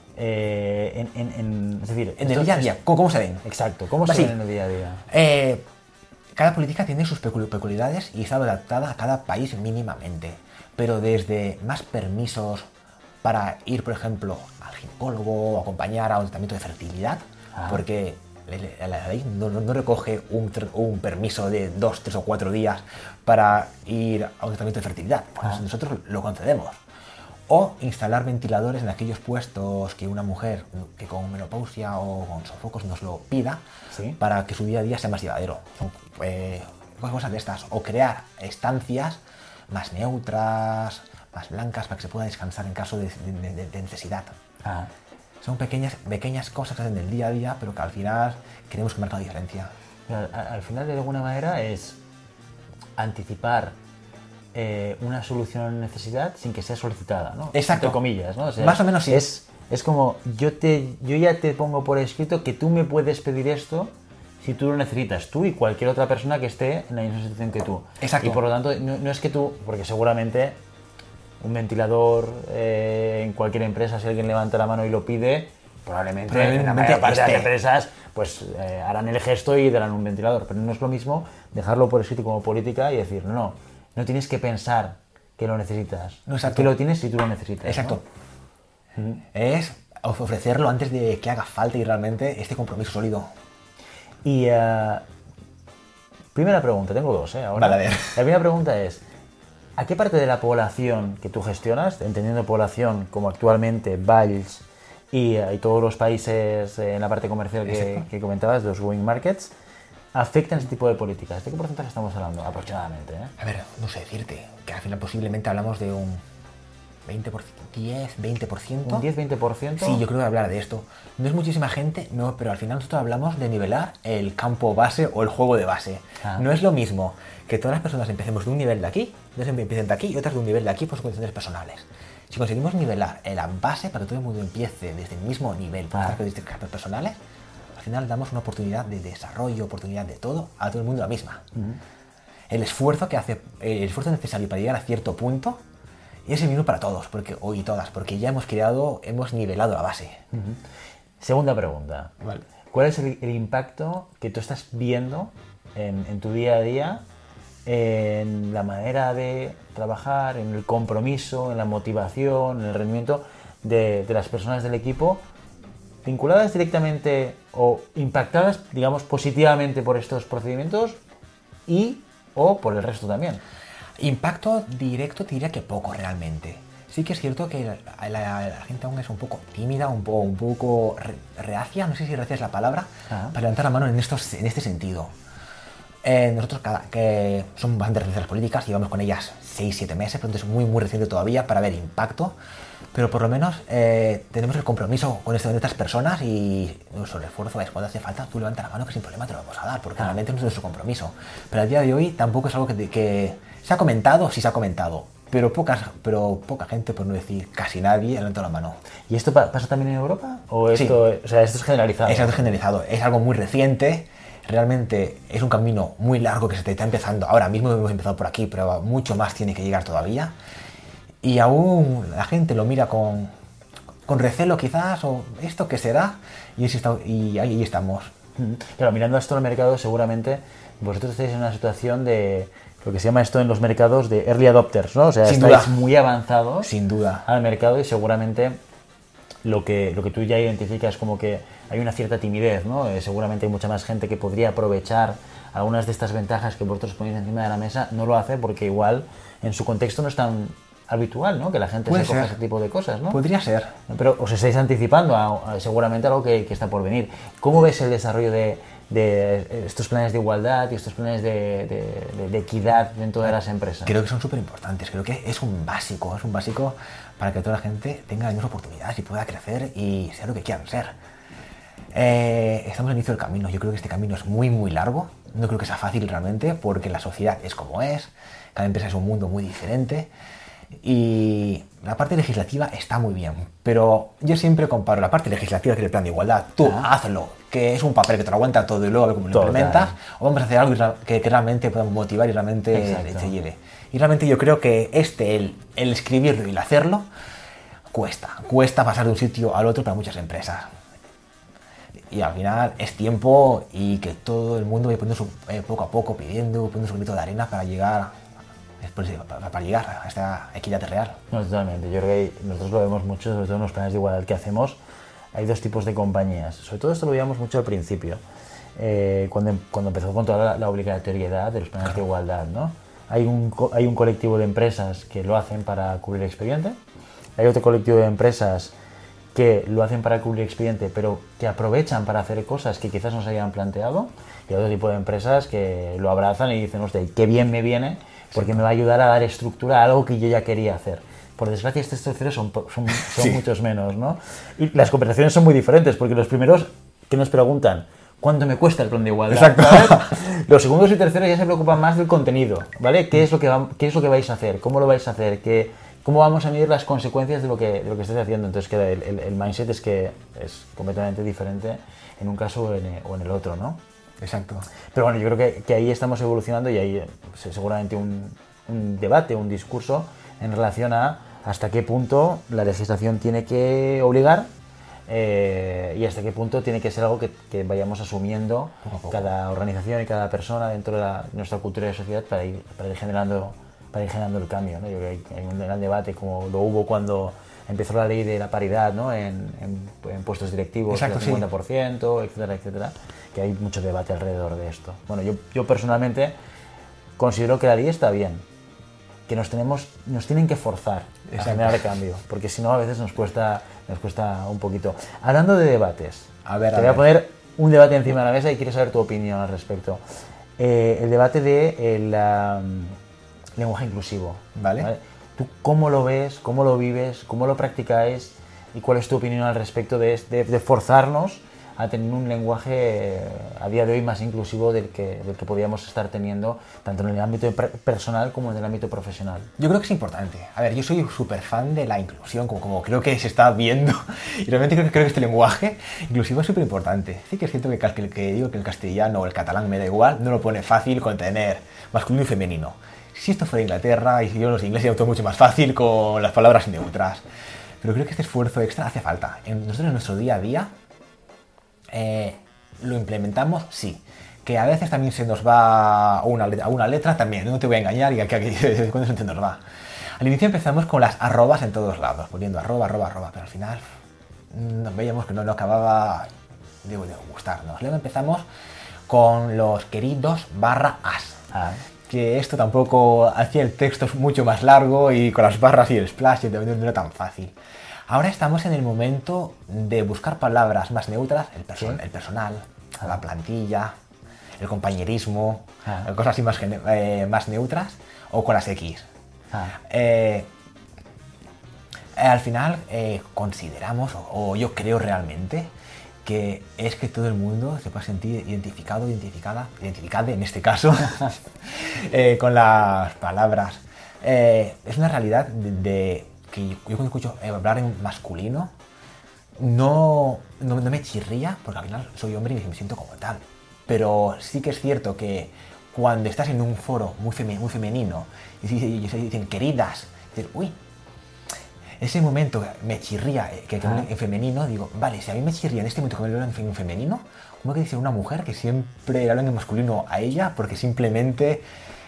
Es decir, en el día a día, ¿cómo se ven? Exacto, ¿cómo se ven en el día a día? Cada política tiene sus peculiaridades y está adaptada a cada país mínimamente, pero desde más permisos para ir, por ejemplo, al ginecólogo o acompañar a un tratamiento de fertilidad, porque la ley no recoge un permiso de 2, 3 o 4 días para ir a un tratamiento de fertilidad, pues nosotros lo concedemos. O instalar ventiladores en aquellos puestos que una mujer que con menopausia o con sofocos nos lo pida, para que su día a día sea más llevadero. Son cosas de estas. O crear estancias más neutras, más blancas, para que se pueda descansar en caso de necesidad. Son pequeñas cosas que hacen del día a día, pero que al final queremos que marque la diferencia. Al final, de alguna manera, es anticipar una solución a necesidad sin que sea solicitada, ¿no? Exacto. Entre comillas, ¿no? O sea, más o menos sí. Es como, yo ya te pongo por escrito que tú me puedes pedir esto si tú lo necesitas, tú y cualquier otra persona que esté en la misma situación que tú. Exacto. Y por lo tanto, no es que tú, porque seguramente un ventilador en cualquier empresa, si alguien levanta la mano y lo pide, probablemente en la mayor parte de las empresas pues harán el gesto y darán un ventilador. Pero no es lo mismo dejarlo por escrito como política y decir, no tienes que pensar que lo necesitas. Que lo tienes si tú lo necesitas. Exacto. ¿No? Es ofrecerlo antes de que haga falta y realmente este compromiso sólido. Y primera pregunta, tengo 2, ahora. Vale, a ver. La primera pregunta es, ¿a qué parte de la población que tú gestionas, entendiendo población como actualmente Valls y todos los países en la parte comercial que comentabas, los growing markets, afectan ese tipo de políticas? ¿De qué porcentaje estamos hablando aproximadamente? A ver, no sé decirte, que al final posiblemente hablamos de un 20%, 10, 20%. ¿Un 10-20%? Sí, yo creo que hablar de esto. No es muchísima gente, no, pero al final nosotros hablamos de nivelar el campo base o el juego de base. No es lo mismo que todas las personas empecemos de un nivel de aquí, empiecen de aquí y otras de un nivel de aquí por sus condiciones personales. Si conseguimos nivelar la base para que todo el mundo empiece desde el mismo nivel por las características personales, al final damos una oportunidad de desarrollo, oportunidad de todo, a todo el mundo la misma. El esfuerzo necesario para llegar a cierto punto es el mismo para todos, porque ya hemos nivelado la base. Segunda pregunta. Vale. ¿Cuál es el impacto que tú estás viendo en tu día a día, en la manera de trabajar, en el compromiso, en la motivación, en el rendimiento de las personas del equipo, vinculadas directamente o impactadas, digamos, positivamente por estos procedimientos o por el resto también? Impacto directo te diría que poco realmente. Sí que es cierto que la gente aún es un poco tímida, un poco reacia, no sé si reacia es la palabra, para levantar la mano en este sentido. Nosotros que somos bastante recientes las políticas, llevamos con ellas 6-7 meses, pero entonces muy reciente todavía para ver impacto, pero por lo menos tenemos el compromiso con estas personas y nuestro esfuerzo es cuando hace falta, tú levanta la mano que sin problema te lo vamos a dar, porque realmente no es nuestro compromiso. Pero al día de hoy tampoco es algo que se ha comentado, sí se ha comentado, pero poca gente, por no decir casi nadie, levanta la mano. ¿Y esto pasa también en Europa? ¿O esto, sí. O sea, esto es generalizado? Es generalizado, es algo muy reciente. Realmente es un camino muy largo que se está empezando. Ahora mismo hemos empezado por aquí, pero mucho más tiene que llegar todavía. Y aún la gente lo mira con recelo quizás, o ¿esto qué será? Y ahí estamos. Claro, mirando esto al mercado, seguramente vosotros estáis en una situación de lo que se llama esto en los mercados de early adopters, ¿no? O sea, Sin estáis duda. muy avanzados Sin duda. al mercado y seguramente lo que tú ya identificas como que hay una cierta timidez, ¿no? Seguramente hay mucha más gente que podría aprovechar algunas de estas ventajas que vosotros ponéis encima de la mesa, no lo hace porque igual en su contexto no es tan habitual, ¿no? Que la gente Puede se coja ser. ese tipo de cosas, ¿no? Podría ser. Pero os estáis anticipando seguramente algo que está por venir. ¿Cómo ves el desarrollo de estos planes de igualdad y estos planes de equidad dentro de las empresas? Creo que son súper importantes. Creo que es un básico para que toda la gente tenga las mismas oportunidades y pueda crecer y sea lo que quieran ser. Estamos al inicio del camino. Yo creo que este camino es muy, muy largo. No creo que sea fácil realmente porque la sociedad es como es. Cada empresa es un mundo muy diferente. Y la parte legislativa está muy bien, pero yo siempre comparo la parte legislativa, que es el plan de igualdad. Tú hazlo, que es un papel que te lo aguanta todo y luego a ver cómo lo implementas, o vamos a hacer algo que realmente pueda motivar y realmente te lleve. Y realmente yo creo que el escribirlo y el hacerlo cuesta pasar de un sitio al otro para muchas empresas. Y al final es tiempo y que todo el mundo vaya poniendo poco a poco, poniendo su granito de arena para llegar a esta equidad real. No, totalmente. Yo creo que nosotros lo vemos mucho, sobre todo en los planes de igualdad que hacemos. Hay dos tipos de compañías. Sobre todo esto lo veíamos mucho al principio, cuando empezó con toda la obligatoriedad de los planes de igualdad, ¿no? Hay un colectivo de empresas que lo hacen para cubrir el expediente. Hay otro colectivo de empresas que lo hacen para cubrir el expediente, pero que aprovechan para hacer cosas que quizás no se habían planteado. Y hay otro tipo de empresas que lo abrazan y dicen, hostia, qué bien me viene, porque me va a ayudar a dar estructura a algo que yo ya quería hacer. Por desgracia, estos terceros son muchos menos, ¿no? Y las conversaciones son muy diferentes, porque los primeros que nos preguntan, ¿cuánto me cuesta el plan de igualdad? Exacto. Los segundos y terceros ya se preocupan más del contenido, ¿vale? ¿Qué es lo que vais a hacer? ¿Cómo lo vais a hacer? ¿Cómo vamos a medir las consecuencias de lo que estáis haciendo? Entonces, el mindset es que es completamente diferente en un caso o en el otro, ¿no? Exacto. Pero bueno, yo creo que ahí estamos evolucionando y hay seguramente un debate, un discurso en relación a hasta qué punto la legislación tiene que obligar y hasta qué punto tiene que ser algo que vayamos asumiendo poco a poco. cada organización y cada persona dentro de nuestra cultura de sociedad para ir generando el cambio, ¿no? Yo creo que hay un gran debate como lo hubo cuando empezó la ley de la paridad, ¿no? en puestos directivos del 50%, etcétera, etcétera, que hay mucho debate alrededor de esto. Bueno, yo personalmente considero que la ley está bien, que nos tienen que forzar a generar cambio, porque si no a veces nos cuesta un poquito. Hablando de debates, te voy a poner un debate encima de la mesa y quiero saber tu opinión al respecto. El debate de lenguaje inclusivo. ¿Vale? ¿Tú cómo lo ves, cómo lo vives, cómo lo practicáis y cuál es tu opinión al respecto de forzarnos a tener un lenguaje a día de hoy más inclusivo del que podíamos estar teniendo tanto en el ámbito personal como en el ámbito profesional? Yo creo que es importante. A ver, yo soy súper fan de la inclusión, como creo que se está viendo, y realmente creo que este lenguaje inclusivo es súper importante. Sí que es cierto que digo que el castellano o el catalán me da igual, no lo pone fácil con tener masculino y femenino. Si esto fuera Inglaterra y si yo los ingleses sería todo mucho más fácil con las palabras neutras. Pero creo que este esfuerzo extra hace falta. Nosotros en nuestro día a día lo implementamos, sí. Que a veces también se nos va una letra también, no te voy a engañar y aquí de cuando se nos va. Al inicio empezamos con las arrobas en todos lados, poniendo arroba, pero al final veíamos que no acababa de gustarnos. Luego empezamos con los queridos /as. Que esto tampoco hacía el texto mucho más largo y con las barras y el splash no era tan fácil. Ahora estamos en el momento de buscar palabras más neutras, el personal, la plantilla, el compañerismo, cosas así más neutras, o con las X. Al final consideramos, o yo creo realmente, que es que todo el mundo se puede sentir identificada en este caso, con las palabras. Es una realidad que yo cuando escucho hablar en masculino no me chirría, porque al final soy hombre y me siento como tal. Pero sí que es cierto que cuando estás en un foro muy femenino y se dicen queridas, dices, uy, ese momento me chirría que en femenino, digo, vale, si a mí me chirría en este momento que me hablan en femenino, ¿cómo que dice una mujer que siempre le hablan en masculino a ella porque simplemente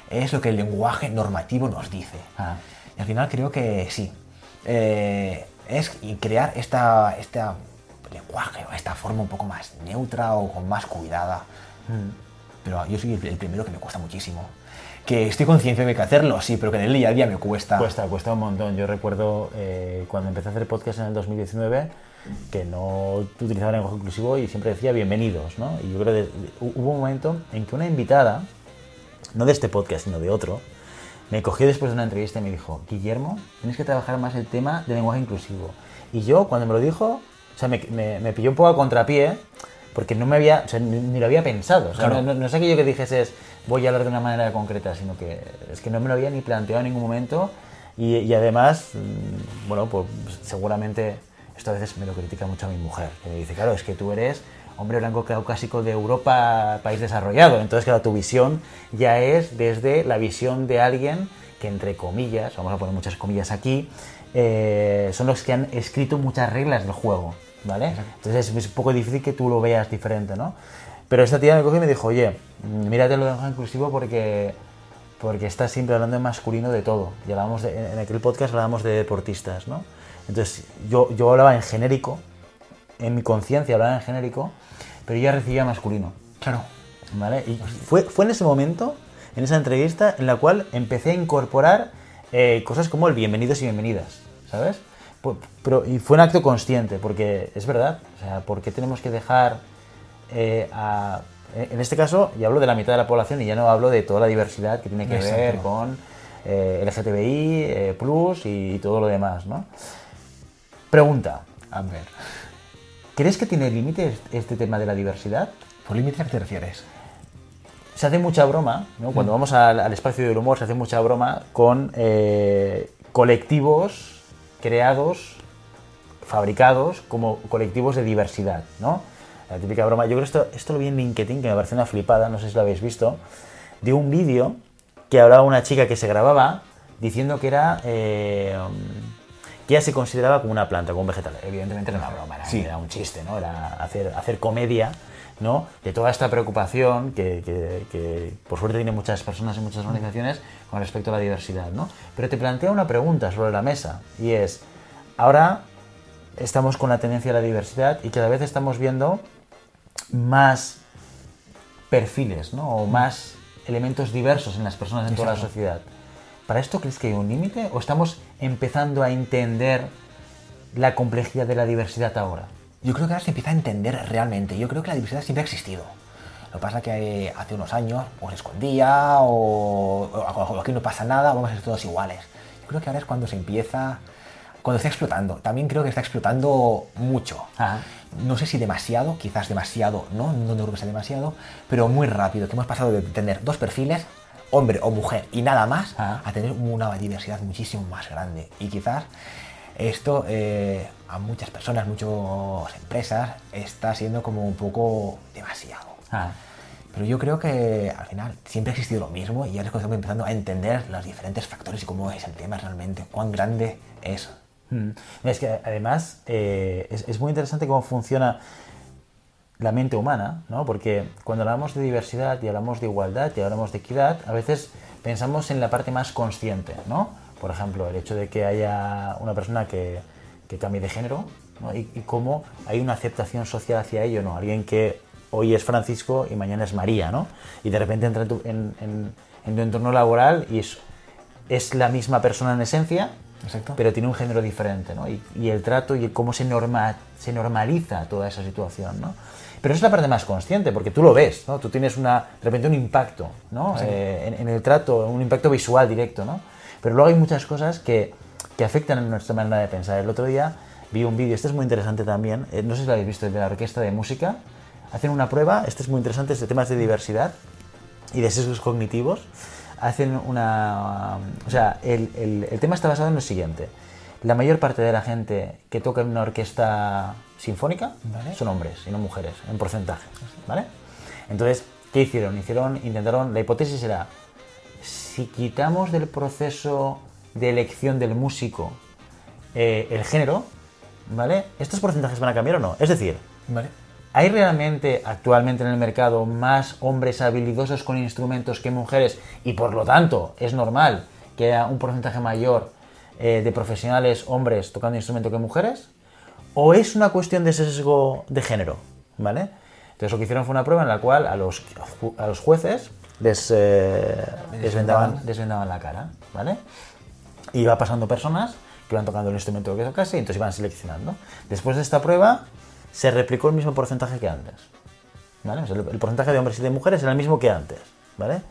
es lo que el lenguaje normativo nos dice. Y al final creo que sí. Es crear este lenguaje o esta forma un poco más neutra o con más cuidada. Pero yo soy el primero que me cuesta muchísimo. Que estoy consciente de que hacerlo, sí, pero que en el día a día me cuesta. Cuesta un montón. Yo recuerdo cuando empecé a hacer podcast en el 2019 que no utilizaba lenguaje inclusivo y siempre decía bienvenidos, ¿no? Y yo creo que hubo un momento en que una invitada, no de este podcast, sino de otro, me cogió después de una entrevista y me dijo: Guillermo, tienes que trabajar más el tema del lenguaje inclusivo. Y yo, cuando me lo dijo, o sea, me pilló un poco a contrapié, porque no me había, o sea, ni lo había pensado. O sea, claro. no es aquello que dijeses voy a hablar de una manera concreta, sino que es que no me lo había ni planteado en ningún momento y además, bueno, pues seguramente esto a veces me lo critica mucho a mi mujer, que me dice, claro, es que tú eres hombre blanco caucásico de Europa, país desarrollado, entonces claro, tu visión ya es desde la visión de alguien que, entre comillas, vamos a poner muchas comillas aquí, son los que han escrito muchas reglas del juego, ¿vale? Entonces es un poco difícil que tú lo veas diferente, ¿no? Pero esta tía me cogió y me dijo, oye, mírate lo del lenguaje inclusivo porque estás siempre hablando en masculino de todo. Y hablábamos en aquel podcast hablábamos de deportistas, ¿no? Entonces yo hablaba en genérico, en mi conciencia hablaba en genérico, pero yo ya recibía masculino. Claro. ¿Vale? Y fue en ese momento, en esa entrevista, en la cual empecé a incorporar cosas como el bienvenidos y bienvenidas, ¿sabes? Y fue un acto consciente, porque es verdad, o sea, ¿por qué tenemos que dejar en este caso, ya hablo de la mitad de la población y ya no hablo de toda la diversidad que tiene que ver con LGTBI, plus y todo lo demás, ¿no? Pregunta. A ver. ¿Crees que tiene límites este tema de la diversidad? ¿Por límites a qué te refieres? Se hace mucha broma, ¿no? Cuando vamos al espacio del humor se hace mucha broma con colectivos creados, fabricados como colectivos de diversidad, ¿no? La típica broma. Yo creo que esto lo vi en LinkedIn, que me pareció una flipada, no sé si lo habéis visto, de un vídeo que hablaba una chica que se grababa diciendo que era que ella se consideraba como una planta, como un vegetal. Evidentemente era una broma, era un chiste, ¿no? Era hacer comedia, ¿no? De toda esta preocupación que por suerte tienen muchas personas y muchas organizaciones con respecto a la diversidad, ¿no? Pero te plantea una pregunta sobre la mesa y es, ahora estamos con la tendencia a la diversidad y cada vez estamos viendo más perfiles, ¿no? O más elementos diversos en las personas en toda la sociedad. ¿Para esto crees que hay un límite o estamos empezando a entender la complejidad de la diversidad ahora? Yo creo que ahora se empieza a entender realmente. Yo creo que la diversidad siempre ha existido. Lo que pasa es que hace unos años o se escondía o aquí no pasa nada, vamos a ser todos iguales. Yo creo que ahora es cuando se empieza... Cuando está explotando. También creo que está explotando mucho. Ajá. No sé si demasiado, quizás demasiado, no creo que sea demasiado, pero muy rápido, que hemos pasado de tener dos perfiles, hombre o mujer y nada más, a tener una diversidad muchísimo más grande. Y quizás esto a muchas personas, muchas empresas, está siendo como un poco demasiado. Pero yo creo que al final siempre ha existido lo mismo y ahora es cuando estamos empezando a entender los diferentes factores y cómo es el tema realmente, cuán grande es. Es que además es muy interesante cómo funciona la mente humana, ¿no? Porque cuando hablamos de diversidad y hablamos de igualdad y hablamos de equidad, a veces pensamos en la parte más consciente, ¿no? Por ejemplo, el hecho de que haya una persona que cambie de género, ¿no? Y cómo hay una aceptación social hacia ello, ¿no? Alguien que hoy es Francisco y mañana es María, ¿no? Y de repente entra en tu entorno laboral y es la misma persona en esencia, exacto, pero tiene un género diferente, ¿no? Y el trato y cómo se normaliza toda esa situación, ¿no? Pero es la parte más consciente, porque tú lo ves, ¿no? Tú tienes de repente un impacto, ¿no? Sí. En el trato, un impacto visual directo, ¿no? Pero luego hay muchas cosas que afectan en nuestra manera de pensar. El otro día vi un vídeo, este es muy interesante también, no sé si lo habéis visto, de la orquesta de música. Hacen una prueba, este es muy interesante, es de temas de diversidad y de sesgos cognitivos. Hacen o sea, el tema está basado en lo siguiente. La mayor parte de la gente que toca en una orquesta sinfónica, ¿vale?, son hombres y no mujeres, en porcentaje, ¿vale? Entonces, ¿qué hicieron? Intentaron, la hipótesis era, si quitamos del proceso de elección del músico el género, ¿vale?, ¿estos porcentajes van a cambiar o no? Es decir, ¿vale?, ¿hay realmente actualmente en el mercado más hombres habilidosos con instrumentos que mujeres? Y por lo tanto, es normal que haya un porcentaje mayor de profesionales hombres tocando instrumento que mujeres. ¿O es una cuestión de sesgo de género? ¿Vale? Entonces lo que hicieron fue una prueba en la cual a los jueces desvendaban la cara, ¿vale? Y iba pasando personas que iban tocando el instrumento que tocase y entonces iban seleccionando. Después de esta prueba se replicó el mismo porcentaje que antes, ¿vale? O sea, el porcentaje de hombres y de mujeres era el mismo que antes, ¿vale?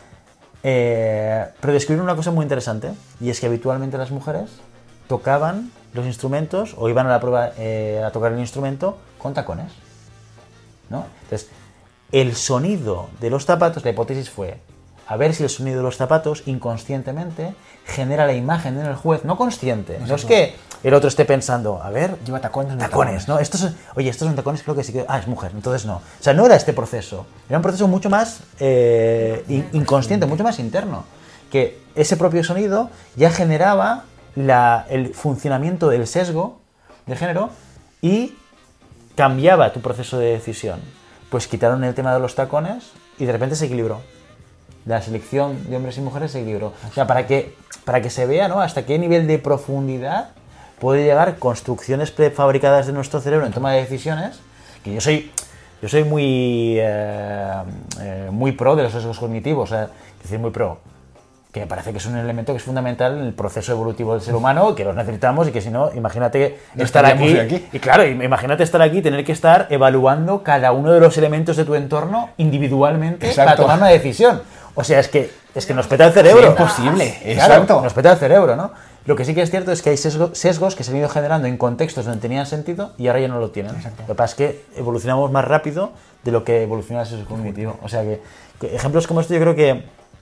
Pero descubrieron una cosa muy interesante, y es que habitualmente las mujeres tocaban los instrumentos o iban a la prueba a tocar el instrumento con tacones, ¿no? Entonces, el sonido de los zapatos, la hipótesis fue a ver si el sonido de los zapatos inconscientemente genera la imagen en el juez, no consciente. No es que el otro esté pensando, a ver, lleva tacones, ¿no? Estos son tacones, creo que sí que... Ah, es mujer, entonces no. O sea, no era este proceso. Era un proceso mucho más inconsciente, mucho más interno. Que ese propio sonido ya generaba el funcionamiento del sesgo de género y cambiaba tu proceso de decisión. Pues quitaron el tema de los tacones y de repente se equilibró. La selección de hombres y mujeres se equilibró. O sea, para que se vea, ¿no?, hasta qué nivel de profundidad puede llegar construcciones prefabricadas de nuestro cerebro en toma de decisiones. Que yo soy muy pro de los sesgos cognitivos, es decir, muy pro. Que me parece que es un elemento que es fundamental en el proceso evolutivo del ser humano, que los necesitamos y que si no, imagínate estar aquí. Y claro, imagínate estar aquí y tener que estar evaluando cada uno de los elementos de tu entorno individualmente. Exacto. Para tomar una decisión. O sea, es que nos peta el cerebro. Es imposible. Claro, exacto. Nos peta el cerebro, ¿no? Lo que sí que es cierto es que hay sesgos que se han ido generando en contextos donde tenían sentido y ahora ya no lo tienen. Exacto. Lo que pasa es que evolucionamos más rápido de lo que evoluciona el sesgo cognitivo. O sea que ejemplos como esto yo creo que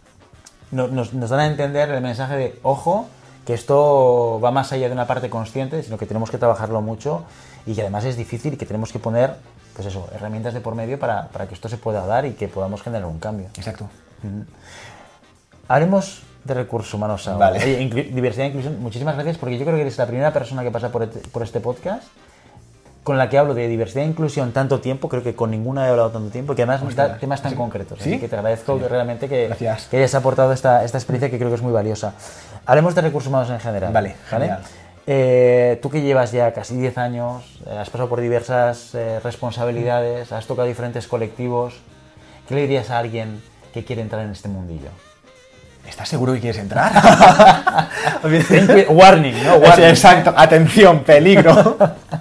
nos dan a entender el mensaje de, ojo, que esto va más allá de una parte consciente, sino que tenemos que trabajarlo mucho y que además es difícil y que tenemos que poner, pues eso, herramientas de por medio para que esto se pueda dar y que podamos generar un cambio. Exacto. Hablemos de recursos humanos ahora. Vale. Oye, diversidad e inclusión, muchísimas gracias, porque yo creo que eres la primera persona que pasa por este podcast con la que hablo de diversidad e inclusión tanto tiempo, creo que con ninguna he hablado tanto tiempo, que además nos da temas tan concretos. ¿Sí? Así que te agradezco realmente que Gracias. hayas aportado esta experiencia que creo que es muy valiosa. Hablemos de recursos humanos en general. Vale, genial. Tú que llevas ya casi 10 años, has pasado por diversas responsabilidades, has tocado diferentes colectivos, ¿qué le dirías a alguien que quiere entrar en este mundillo? ¿Estás seguro que quieres entrar? Warning, ¿no? Warning. Exacto, atención, peligro.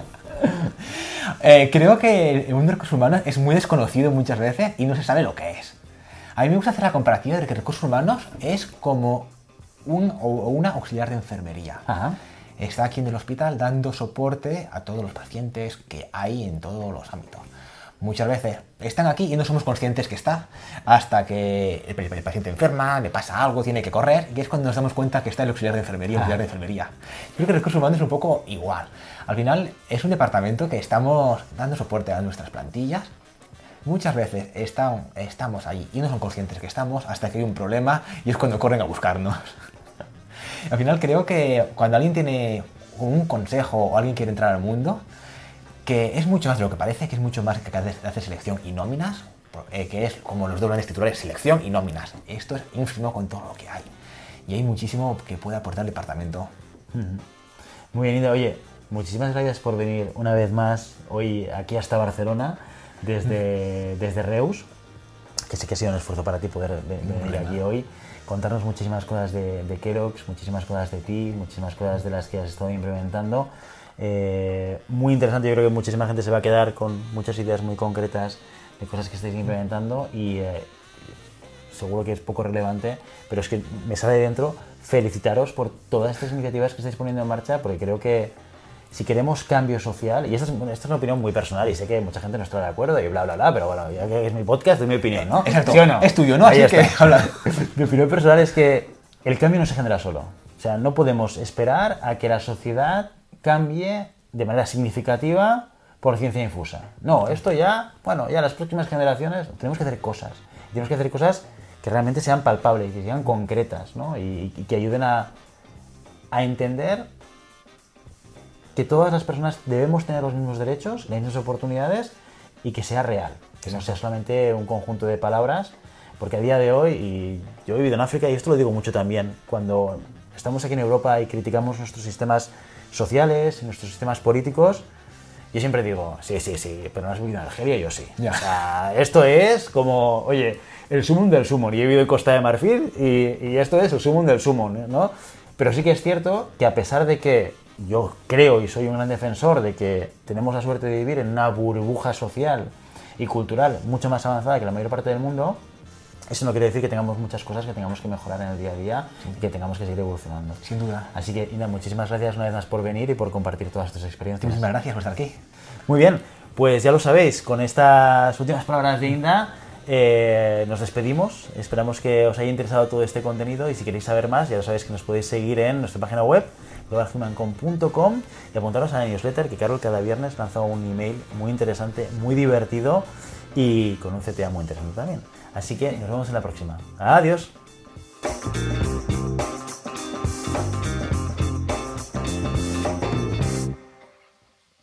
Creo que el mundo de recursos humanos es muy desconocido muchas veces y no se sabe lo que es. A mí me gusta hacer la comparativa de que recursos humanos es como una auxiliar de enfermería. Ajá. Está aquí en el hospital dando soporte a todos los pacientes que hay en todos los ámbitos. Muchas veces están aquí y no somos conscientes que está, hasta que el paciente enferma, le pasa algo, tiene que correr, y es cuando nos damos cuenta que está el auxiliar de enfermería, Yo creo que recursos humanos es un poco igual. Al final es un departamento que estamos dando soporte a nuestras plantillas. Muchas veces estamos ahí y no son conscientes que estamos hasta que hay un problema y es cuando corren a buscarnos. Al final creo que cuando alguien tiene un consejo o alguien quiere entrar al mundo, que es mucho más de lo que parece, que es mucho más que hacer selección y nóminas, que es como los dos grandes titulares, selección y nóminas. Esto es ínfimo con todo lo que hay. Y hay muchísimo que puede aportar el departamento. Muy bien, Ida. Oye, muchísimas gracias por venir una vez más hoy aquí hasta Barcelona, desde Reus, que sé que ha sido un esfuerzo para ti poder venir aquí hoy, contarnos muchísimas cosas de Kerox, muchísimas cosas de ti, muchísimas cosas de las que has estado implementando. Muy interesante, yo creo que muchísima gente se va a quedar con muchas ideas muy concretas de cosas que estáis implementando y seguro que es poco relevante, pero es que me sale de dentro felicitaros por todas estas iniciativas que estáis poniendo en marcha, porque creo que si queremos cambio social, y esta es una opinión muy personal y sé que mucha gente no está de acuerdo y bla bla bla, pero bueno, ya que es mi podcast, es mi opinión, ¿no? Exacto. ¿Sí o no? Es tuyo, ¿no? Ahí Así está. que habla. Mi opinión personal es que el cambio no se genera solo. O sea, no podemos esperar a que la sociedad cambie de manera significativa por ciencia infusa. No, esto ya las próximas generaciones tenemos que hacer cosas. Tenemos que hacer cosas que realmente sean palpables, que sean concretas, ¿no? Y que ayuden a entender que todas las personas debemos tener los mismos derechos, las mismas oportunidades y que sea real, que no sea solamente un conjunto de palabras, porque a día de hoy, y yo he vivido en África y esto lo digo mucho también, cuando estamos aquí en Europa y criticamos nuestros sistemas sociales, nuestros sistemas políticos, yo siempre digo, sí, pero no has vivido en Argelia, yo sí. Ya. O sea, esto es como, oye, el sumum del sumum. Y he vivido en Costa de Marfil y esto es el sumum del sumum, ¿no? Pero sí que es cierto que a pesar de que yo creo y soy un gran defensor de que tenemos la suerte de vivir en una burbuja social y cultural mucho más avanzada que la mayor parte del mundo, eso no quiere decir que tengamos muchas cosas que tengamos que mejorar en el día a día y que tengamos que seguir evolucionando. Sin duda. Así que, Inda, muchísimas gracias una vez más por venir y por compartir todas tus experiencias. Muchísimas gracias por estar aquí. Muy bien, pues ya lo sabéis, con estas últimas palabras de Inda nos despedimos. Esperamos que os haya interesado todo este contenido y si queréis saber más, ya lo sabéis que nos podéis seguir en nuestra página web globalhumancom.com y apuntaros a la newsletter que Carol cada viernes lanza un email muy interesante, muy divertido y con un CTA muy interesante también. Así que nos vemos en la próxima. ¡Adiós!